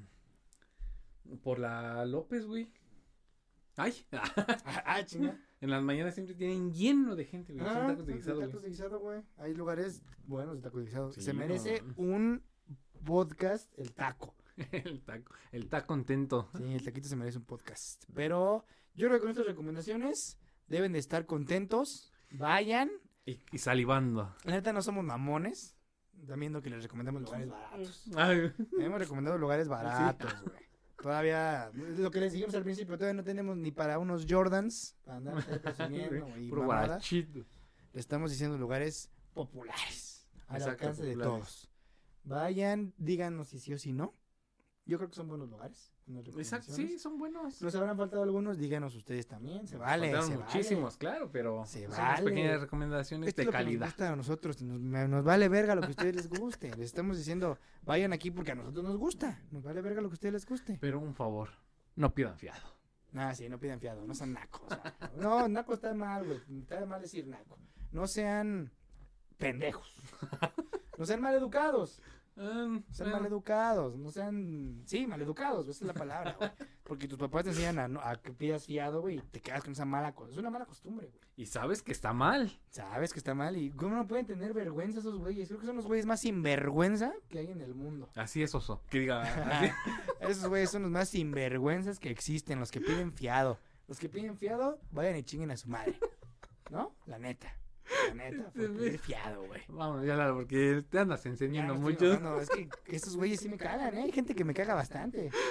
Por la López, güey. Ay. Ah, chinga. En las mañanas siempre tienen lleno de gente, güey. Son Ah, tacos de guisado, tacos güey. de guisado, güey. Hay lugares buenos de tacos de guisado. Sí, Se merece no. un podcast el taco. El taco. El está contento. Sí, el taquito se merece un podcast. Pero yo creo que con estas recomendaciones deben de estar contentos. Vayan. Y, y salivando. La neta no somos mamones. Están viendo que les recomendamos lugares baratos. Ay, Hemos recomendado lugares baratos, güey. Todavía, lo que les dijimos al principio, todavía no tenemos ni para unos Jordans. Para andar ahí presumiendo y puro mamadas. guarachito. Le estamos diciendo lugares populares. Al Exacto, alcance de populares. todos. Vayan, díganos si sí o si no. Yo creo que son buenos lugares. unas Exacto, recomendaciones. sí, son buenos. Nos habrán faltado algunos, díganos ustedes también. Se Nos vale. faltaron se muchísimos, vale. claro, pero Se son vale. unas pequeñas recomendaciones Esto es de lo que nos calidad. gusta a nosotros. Nos, me- nos vale verga lo que a ustedes les guste. Les estamos diciendo, vayan aquí porque a nosotros nos gusta. Nos vale verga lo que a ustedes les guste. Pero un favor, no pidan fiado. Nada, sí, no pidan fiado, no sean nacos. No, naco está mal, güey. Está mal decir naco. No sean pendejos. No sean maleducados. Um, Sean bueno, maleducados. No sean. Sí, maleducados. Esa es la palabra, güey. Porque tus papás te enseñan a, no- a que pidas fiado, güey, y te quedas con esa mala cosa. Es una mala costumbre, güey. y sabes que está mal. Sabes que está mal. ¿Y cómo no pueden tener vergüenza esos güeyes? Creo que son los güeyes más sinvergüenza que hay en el mundo. Así es, oso. Que diga, así. Esos güeyes son los más sinvergüenzas que existen, los que piden fiado. Los que piden fiado, vayan y chinguen a su madre. ¿No? La neta. La neta, por pedir fiado, güey. Vamos, ya, Lalo, porque te andas Ya enseñando no estoy mucho. enojando, es que estos güeyes sí me cagan, ¿eh? Hay gente que me caga bastante.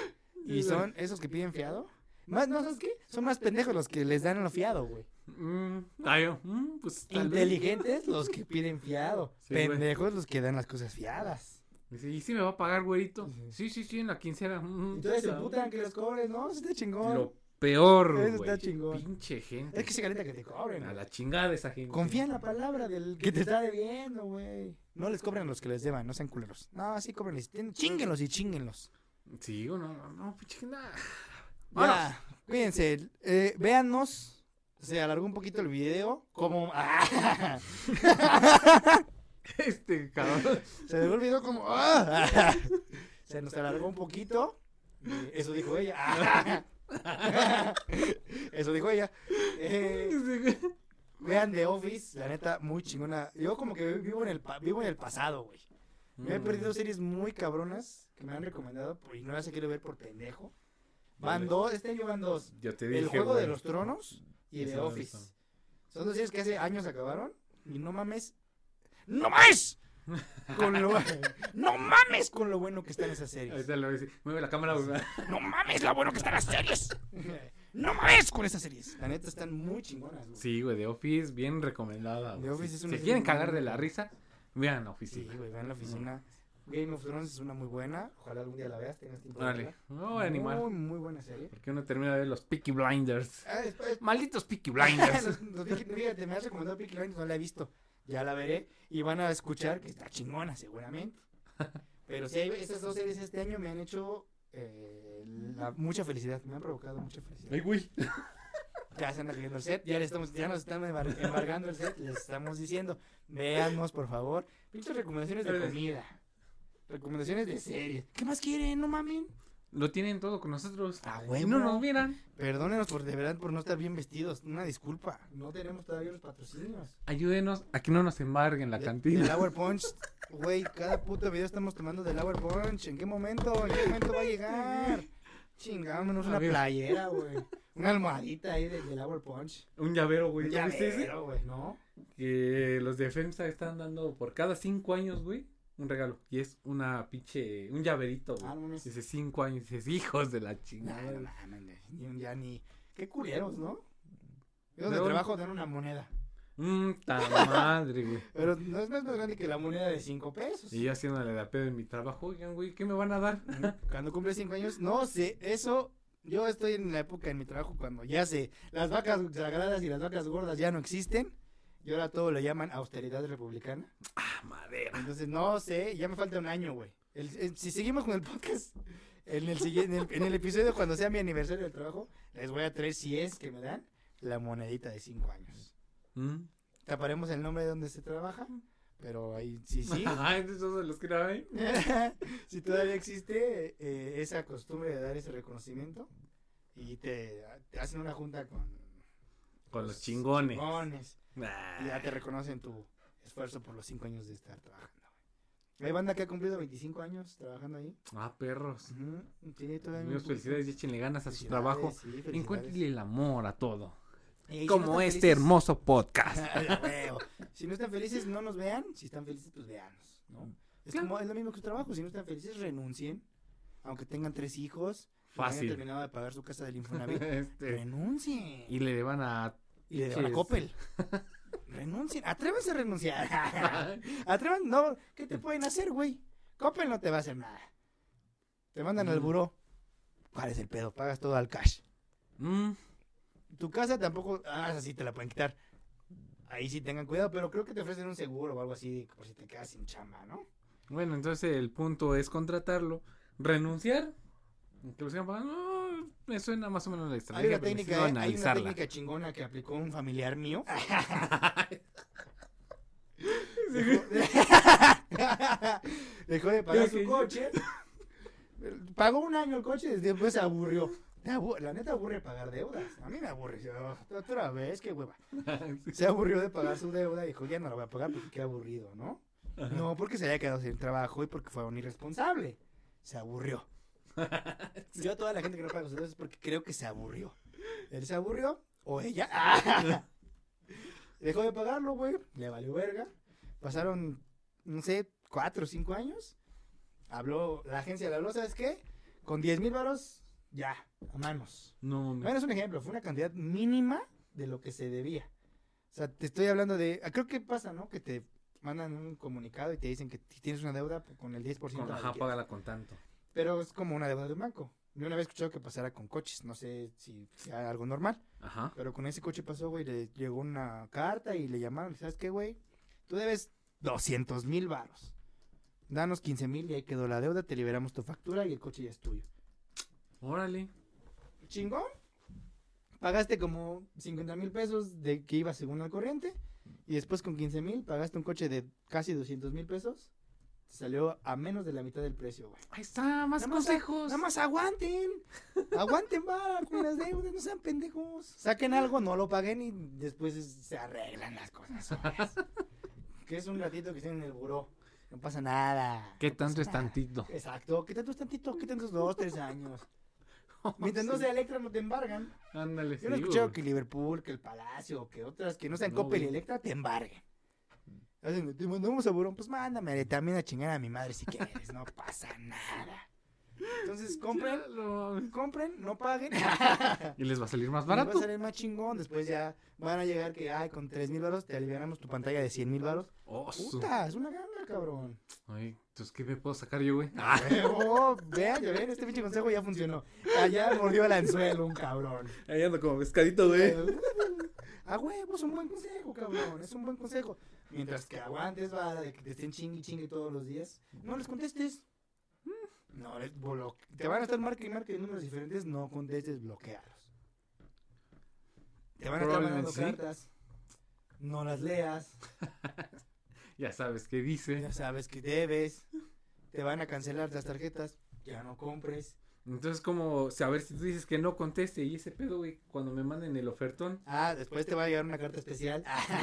Y son esos que piden fiado. Más, no, ¿sabes qué? Son más pendejos los que les dan lo fiado, güey. Mm, ay, yo, mm, pues tal vez. Inteligentes los que piden fiado. Sí, güey. Pendejos los que dan las cosas fiadas. Dice, ¿y si me va a pagar, güerito? Sí. Sí, sí, sí, en la quincena. mm, Y todos se claro. putan que los cobres, ¿no? Eso está chingón. Lo peor, Eso güey. está chingón. Pinche gente. Es que se calienta que te cobren. A güey. la chingada de esa gente. Confía en la palabra del que te está debiendo, güey. No les cobren a los que les deban, no sean culeros. No, así cóbrenles. Ten- Chínguenlos y chínguenlos. Sí, o no, no, no, pinche nada. Ya, cuídense. Eh, véannos. Se alargó un poquito el video. Como. ¡Ah! Este cabrón. Se alargó el video como. ¡Ah! Se nos alargó un poquito. Eh, Eso dijo ella. ¡Ah! Eso dijo ella. Eh, vean The Office, la neta, muy chingona. Yo como que vivo en el, pa- vivo en el pasado, güey. Me he Mm. perdido series muy cabronas que me han recomendado por ignorancia, quiero ver por pendejo. Van Vale. dos, este año van dos. Ya te dije, El Juego güey. de los Tronos y Esa The no la he Office. visto. Son dos series que hace años acabaron y no mames. ¡No mames! Con lo, no mames con lo bueno que están esas series. Ahorita le voy a decir, mueve la cámara, güey. No mames lo bueno que están las series. No mames con esas series. La neta están muy chingonas, güey. Sí, güey, The Office, bien recomendada. güey. The Office Si- es una Si serie quieren muy cagar de buena. la risa, vean la Sí, oficina. güey, vean la oficina. Game of Thrones es una muy buena. Ojalá algún día la veas, tengas tiempo de Órale, verla. me voy a animar. Muy, muy buena serie. Porque uno termina de ver los Peaky Blinders. Ah, después, Malditos Peaky Blinders. los, los Peaky- fíjate, me has recomendado Peaky Blinders, no la he visto. Ya la veré y van a escuchar que está chingona, seguramente. Pero sí, hay- estas dos series este año me han hecho eh, la- mucha felicidad. Me han provocado mucha felicidad. Ay, güey. Ya se anda cayendo el set, ya, le estamos, ya nos están embar- embargando el set, les estamos diciendo, véannos por favor. Pinches recomendaciones de comida, recomendaciones de series. ¿Qué más quieren? No mamen. Lo tienen todo con nosotros. A Y huevo. no nos miran. Perdónenos por de verdad por no estar bien vestidos. Una disculpa. No tenemos todavía los patrocinios. Ayúdenos a que no nos embarguen la De- cantina. Del Hour Punch. Güey, cada puto video estamos tomando del Hour Punch. ¿En qué momento? ¿En qué momento va a llegar? Chingámonos A una ver. playera, güey. Una almohadita ahí de- del Hour Punch. Un llavero, güey. Un ¿Ya viste ese? llavero, güey, ¿no? Que los defensa están dando por cada cinco años, güey, un regalo. Y es una pinche, un llaverito, güey. Ah, no mames. Dice cinco años, dices, hijos de la No, chingada. no mames, ni un- ya ni. Qué culeros, ¿no? Yo donde Pero- trabajo dan una moneda. Mmm, ta madre, güey. Pero no es más grande que la moneda de cinco pesos. Y yo haciéndole la pedo en mi trabajo, oigan, güey, ¿qué me van a dar? Cuando cumple cinco años, no sé, eso. Yo estoy en la época en mi trabajo cuando ya sé, las vacas sagradas y las vacas gordas ya no existen. Y ahora todo lo llaman austeridad republicana. Ah, madera. Entonces, no sé, ya me falta un año, güey. El- el- si seguimos con el podcast, en el, siguiente, en, el, en el episodio cuando sea mi aniversario del trabajo, les voy a traer, si es que me dan, la monedita de cinco años. ¿Mm? Taparemos el nombre de donde se trabaja, pero ahí sí, sí. Ah, entonces se los graben. Si todavía existe eh, esa costumbre de dar ese reconocimiento y te, te hacen una junta con, Con los chingones. chingones. Nah. Y ya te reconocen tu esfuerzo por los cinco años de estar trabajando. Hay banda que ha cumplido veinticinco años trabajando ahí. Ah, perros. Ujú, sí, todavía Amigos, muy- felicidades y échenle ganas a su Felicidades, trabajo. sí, felicidades. Encuéntrenle el amor a todo. Y si no Como están este felices- hermoso podcast. A huevo. Si no están felices, no nos vean. Si están felices, pues veanos, ¿no? Es, Claro. como, es lo mismo que su trabajo. Si no están felices, renuncien. Aunque tengan tres hijos. y Fácil. hayan terminado de pagar su casa del Infonavit. Este, Renuncien. y le deban a. Y le dan a Ches. Coppel. Renuncien. Atrévanse a renunciar. Atrévanse. No, ¿qué te pueden hacer, güey? Coppel no te va a hacer nada. Te mandan al Mm. buró. ¿Cuál es el pedo? Pagas todo al cash. Mm, Tu casa tampoco. Ah, esa sí te la pueden quitar. Ahí sí tengan cuidado, pero creo que te ofrecen un seguro o algo así por si te quedas sin chamba, ¿no? Bueno, entonces el punto es contratarlo, renunciar. Que lo sigan pagando. No, me suena más o menos la Hay estrategia. una pero técnica, necesito ¿eh? Hay una analizarla. técnica chingona que aplicó un familiar mío. Dejó, dejó de pagar su Ok. coche. Pagó un año el coche y después se aburrió. Te abu- La neta aburre pagar deudas. A mí me aburre. Yo, otra vez, qué hueva. Se aburrió de pagar su deuda y dijo, ya no la voy a pagar porque qué aburrido, ¿no? No porque se haya quedado sin trabajo y porque fue un irresponsable. Se aburrió. Yo a toda la gente que no paga sus deudas es porque creo que se aburrió. Él se aburrió o ella. Dejó de pagarlo, güey. Le valió verga. Pasaron, no sé, cuatro o cinco años. Habló, la agencia le habló, ¿sabes qué? Con diez mil varos Ya, a manos. No, me... Bueno, es un ejemplo, fue una cantidad mínima de lo que se debía. O sea, te estoy hablando de, ah, creo que pasa, ¿no? Que te mandan un comunicado y te dicen que si tienes una deuda pues, con el diez por ciento. Con, ajá, págala con tanto. Pero es como una deuda de un banco. Yo una vez he escuchado que pasara con coches, no sé si sea algo normal. Ajá. Pero con ese coche pasó, güey, le llegó una carta y le llamaron, ¿sabes qué, güey? Tú debes doscientos mil varos. Danos quince mil y ahí quedó la deuda, te liberamos tu factura y el coche ya es tuyo. Órale. Chingón. Pagaste como cincuenta mil pesos de que iba según al corriente. Y después con quince mil pagaste un coche de casi doscientos mil pesos. Te salió a menos de la mitad del precio, güey. Ahí está, más Nada consejos. Más, nada más aguanten. Aguanten, va, con las deudas, no sean pendejos. Saquen algo, no lo paguen y después es- se arreglan las cosas solas. Que es un ratito que estén en el buró. No pasa nada. ¿Qué no pasa tanto es nada. tantito? Exacto. ¿Qué tanto es tantito? ¿Qué tanto es dos, tres años? Mientras no sea Electra no te embargan. Ándale, Yo no he sí, escuchado güey. que Liverpool, que el Palacio, que otras que no sean No, Coppel y güey. Electra te embarguen. Hacen, te mandamos a burón, pues mándame también a chingar a mi madre si quieres, no pasa nada. Entonces compren, Ya, no mames. compren, no paguen. Y les va a salir más Y va barato. a salir más chingón, después ya van a llegar que, ay, con tres mil varos te alivianamos tu pantalla de cien mil varos. Oh, su- Puta, es una ganga, cabrón. Ay, entonces, ¿qué me puedo sacar yo, güey? Ah, huevo, vean, ya ven, este pinche consejo ya funcionó. Allá mordió el anzuelo un cabrón. Ahí ando como pescadito, güey. A huevo, es un buen consejo, cabrón, es un buen consejo. Mientras que aguantes, va, de que te estén chingue y chingue todos los días, no les contestes. No, les blo- te van a estar marca y marca de números diferentes, no contestes, bloquealos. Te van a estar mandando Probablemente sí. cartas, no las leas, Ya sabes qué dice. ya sabes que debes, te van a cancelar las tarjetas, ya no compres. Entonces, como saber si tú dices que no conteste y ese pedo, güey, cuando me manden el ofertón. Ah, después te va a llegar una carta especial.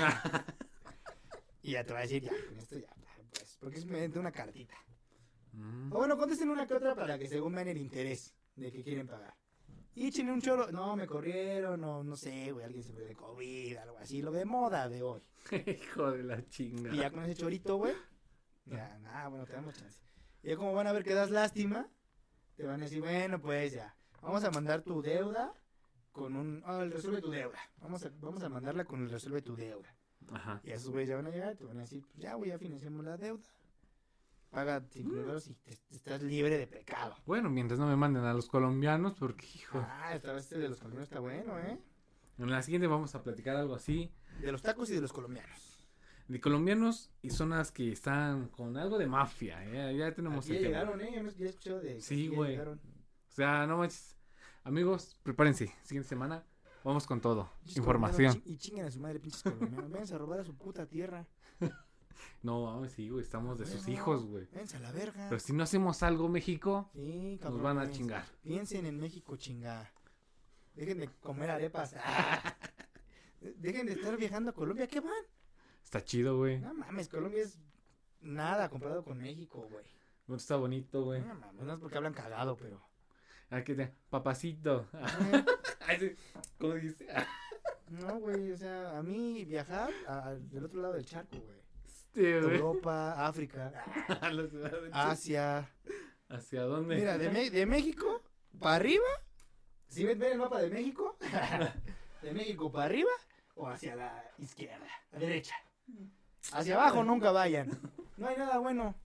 Y ya te va a decir, ya, con esto ya, pues, porque es mediante una cartita. Mm. O bueno, contesten una que otra para que según vean el interés de que quieren pagar. Y échenle un choro, no, me corrieron, no, no sé, güey, alguien se murió de COVID, algo así, lo de moda de hoy. Hijo de la chinga. Y ya con ese chorito, güey, ya, nada, bueno, te damos chance. Y ya como van a ver que das lástima, te van a decir, bueno, pues ya, vamos a mandar tu deuda con un, ah, el resuelve tu deuda. Vamos a, vamos a mandarla con el resuelve tu deuda. Ajá. Y esos güeyes ya van a llegar y te van a decir, pues ya, güey, ya financiamos la deuda. Paga cinco mil dólares y te- estás libre de pecado. Bueno, mientras no me manden a los colombianos, porque, hijo. Ah, esta vez este de los colombianos está bueno, ¿eh? En la siguiente vamos a platicar algo así. De los tacos y de los colombianos. De colombianos y zonas que están con algo de mafia. Ya, ya tenemos Aquí ya el tema. llegaron, ¿eh? Yo no- ya he escuchado de... Sí, aquí ya güey. llegaron. O sea, no manches. Amigos, prepárense. Siguiente semana vamos con todo. Pinches Información. colombianos, chi- Y chinguen a su madre, pinches colombianos. Vénganse a robar a su puta tierra. No, mames, sí, güey. Estamos de sus Huevo, hijos, güey. Vénganse a la verga. Pero si no hacemos algo, México, Sí, nos van a cabrones. chingar. Piensen en México, chinga. Dejen de comer arepas. Dejen de estar viajando a Colombia. ¿Qué van? Está chido, güey. No mames, Colombia es nada comparado con México, güey. No está bonito, güey. No mames, no es porque hablan cagado, pero... Aquí te... Papacito. Eh, Ay, sí. ¿Cómo dice? No, güey, o sea, a mí viajar a- a- del otro lado del charco, güey. Este, güey. Europa, África, A la ciudad de- Asia. ¿Hacia dónde? Mira, de, Me- de México para arriba. Si ven, ven el mapa de México, de México para arriba o hacia la izquierda, la derecha. Hacia abajo nunca vayan. No hay nada bueno.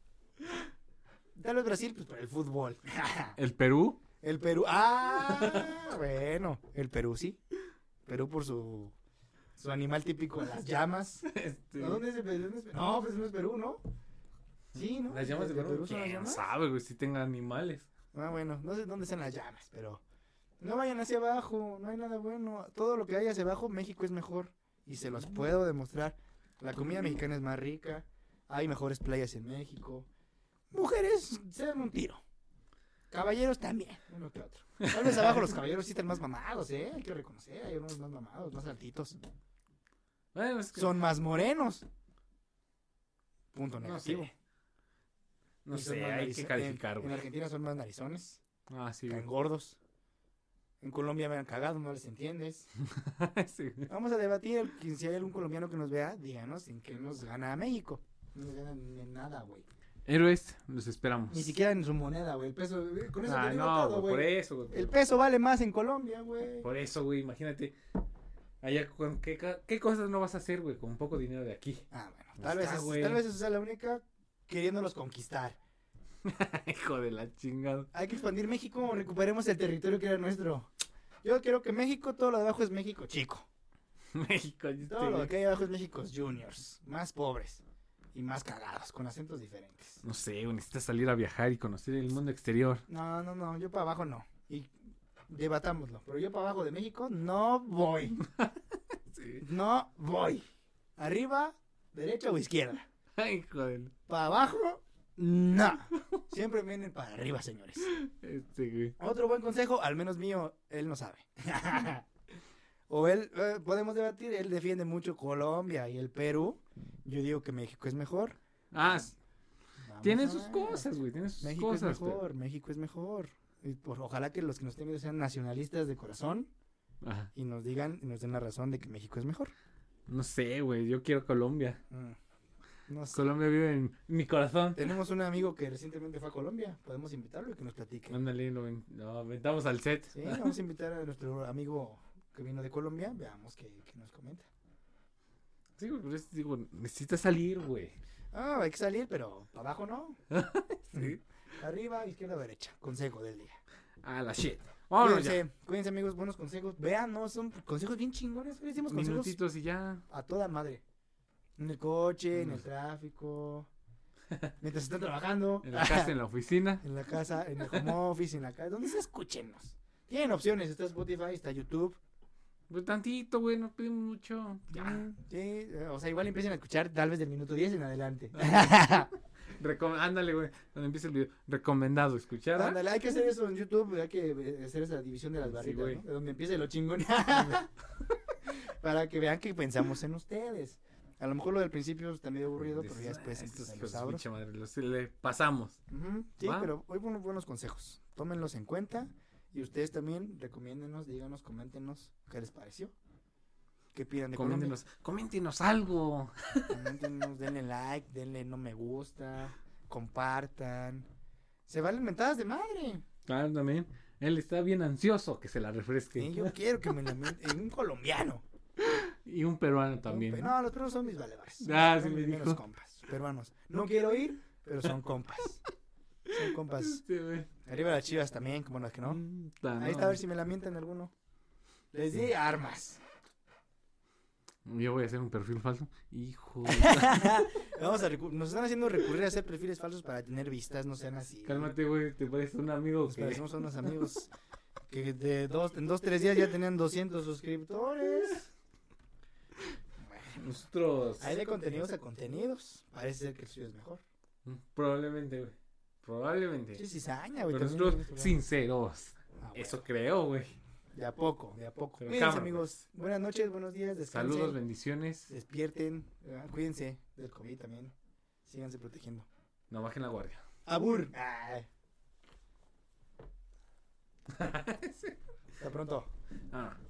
Tal vez Brasil, pues para el fútbol. ¿El Perú? El Perú. Ah, bueno, el Perú sí. Perú por su su animal típico, las llamas. Este... ¿No? ¿Dónde es el Perú? ¿Dónde es Perú? No, pues no es Perú, ¿no? Sí, ¿no? ¿Las llamas de Perú? son las ¿Quién llamas? sabe, güey? Si tengan animales. Ah, bueno, no sé dónde están las llamas, pero no vayan hacia abajo, no hay nada bueno. Todo lo que hay hacia abajo, México es mejor. Y se los puedo demostrar. La comida mexicana es más rica, hay mejores playas en México. Mujeres, se dan un tiro. Caballeros también, uno que otro. Tal vez abajo los caballeros sí están más mamados, ¿eh? Hay que reconocer, hay unos más mamados, más altitos. Bueno, es que... Son más morenos. Punto No negativo. sé. No Y son sé, más hay nariz- que calificar, En, en güey. Argentina son más narizones, Ah, sí, caen güey. gordos. En Colombia me han cagado, no les entiendes. Sí, güey. Vamos a debatir, que si hay algún colombiano que nos vea, díganos en qué nos gana México. No nos gana en nada, güey. Héroes, los esperamos. Ni siquiera en su moneda, güey. El peso, güey, con eso Ah, te digo no, todo, güey, por güey. eso, güey. El peso vale más en Colombia, güey. Por eso, güey, imagínate. Allá, con ¿qué, ca- ¿qué cosas no vas a hacer, güey, con poco dinero de aquí? Ah, bueno. No Tal vez, está, es- güey. tal vez esa sea la única queriéndolos conquistar. Hijo de la chingada. Hay que expandir México, recuperemos el territorio que era nuestro. Yo quiero que México, todo lo de abajo es México chico. México, este, Todo lo güey. que hay abajo es México Juniors. Más pobres y más cagados, con acentos diferentes. No sé, güey, necesitas salir a viajar y conocer el mundo exterior. No, no, no, yo para abajo no. Y debatámoslo. Pero yo para abajo de México no voy. Sí. No voy. Arriba, derecha o izquierda. Ay, joder. Para abajo, no. Siempre vienen para arriba, señores. Este, güey. Otro buen consejo, al menos mío, él no sabe. O él, eh, podemos debatir, él defiende mucho Colombia y el Perú. Yo digo que México es mejor. Ah, s- Vamos tiene a sus ver. cosas, güey, tiene sus México cosas. es mejor, México es mejor. Y por, ojalá que los que nos estén viendo sean nacionalistas de corazón pero- Ajá. y nos digan y nos den la razón de que México es mejor. No sé, güey, yo quiero Colombia. Mm, No sé. Colombia vive en mi corazón. Tenemos un amigo que recientemente fue a Colombia. Podemos invitarlo y que nos platique. Ándale, lo, ven- lo aventamos al set. Sí, vamos a invitar a nuestro amigo que vino de Colombia. Veamos qué, qué nos comenta. Sí, güey, por eso digo, necesitas salir, güey. Ah, hay que salir, pero para abajo no. Sí. Arriba, izquierda, derecha. Consejo del día. Ah, la shit. Vámonos ya. Cuídense, cuídense, amigos, buenos consejos. Vean, no, son consejos bien chingones. Hoy hicimos consejos Minutitos y ya. a toda madre. En el coche, en el Mm. tráfico, mientras están trabajando. En la casa, en la oficina. En la casa, en el home office, en la casa. Donde se escúchenos. Tienen opciones. Está Spotify, está YouTube. Pues tantito, güey, no pedimos mucho. Ya. Ya. Sí, eh, o sea, igual empiecen a escuchar tal vez del minuto diez en adelante. Recom- Ándale, güey, cuando empiece el video. Recomendado escuchar. ¿ah? Ándale, hay que hacer eso en YouTube, hay que eh, hacer esa división de las Sí, barritas, güey. ¿no? De donde empiece lo chingón. Para que vean que pensamos en ustedes. A lo mejor lo del principio está medio aburrido, pero ya después Ah, estos empiezan hijos los de su sabros. pinche madre, los le pasamos. Ujú, sí, ¿Va? pero hoy buenos, buenos consejos. Tómenlos en cuenta. Y ustedes también, recomiéndenos, díganos, coméntenos qué les pareció. ¿Qué pidan de Colombia? Coméntenos, coméntenos algo. Coméntenos, denle like, denle no me gusta, compartan. Se valen mentadas de madre. Claro, también. Él está bien ansioso que se la refresque. Sí, yo quiero que me la mienten. Un colombiano. Y un peruano también. Un pe- ¿no? No, los peruanos son mis valevares. Ah, Son sí me mis meros dijo. compas. Peruanos. No quiero ir, pero son compas. Son compas. Sí, güey. Arriba las chivas también, como las que no. Mm, ta, Ahí está, a ver si me la mientan alguno. Les di armas. Yo voy a hacer un perfil falso. Hijo. de- Vamos a recu- Nos están haciendo recurrir a hacer perfiles falsos para tener vistas, no sean así. Cálmate, güey. Te parece un amigo Nos que. parecemos a unos amigos que de dos, en dos, tres días ya tenían doscientos suscriptores. Nosotros. Hay de contenidos a contenidos. Parece ser que el suyo es mejor. Mm, Probablemente, güey. Probablemente. Sí, cizaña, güey. Pero también nosotros en este programa. sinceros. Ah, bueno. Eso creo, güey. De a poco, de a poco. Pero Cuídense, cámara, amigos. Buenas noches, buenos días, descansen. Saludos, bendiciones. Despierten. ¿verdad? Cuídense del COVID también. Síganse protegiendo. No bajen la guardia. Abur. Ay. Hasta pronto. Ah.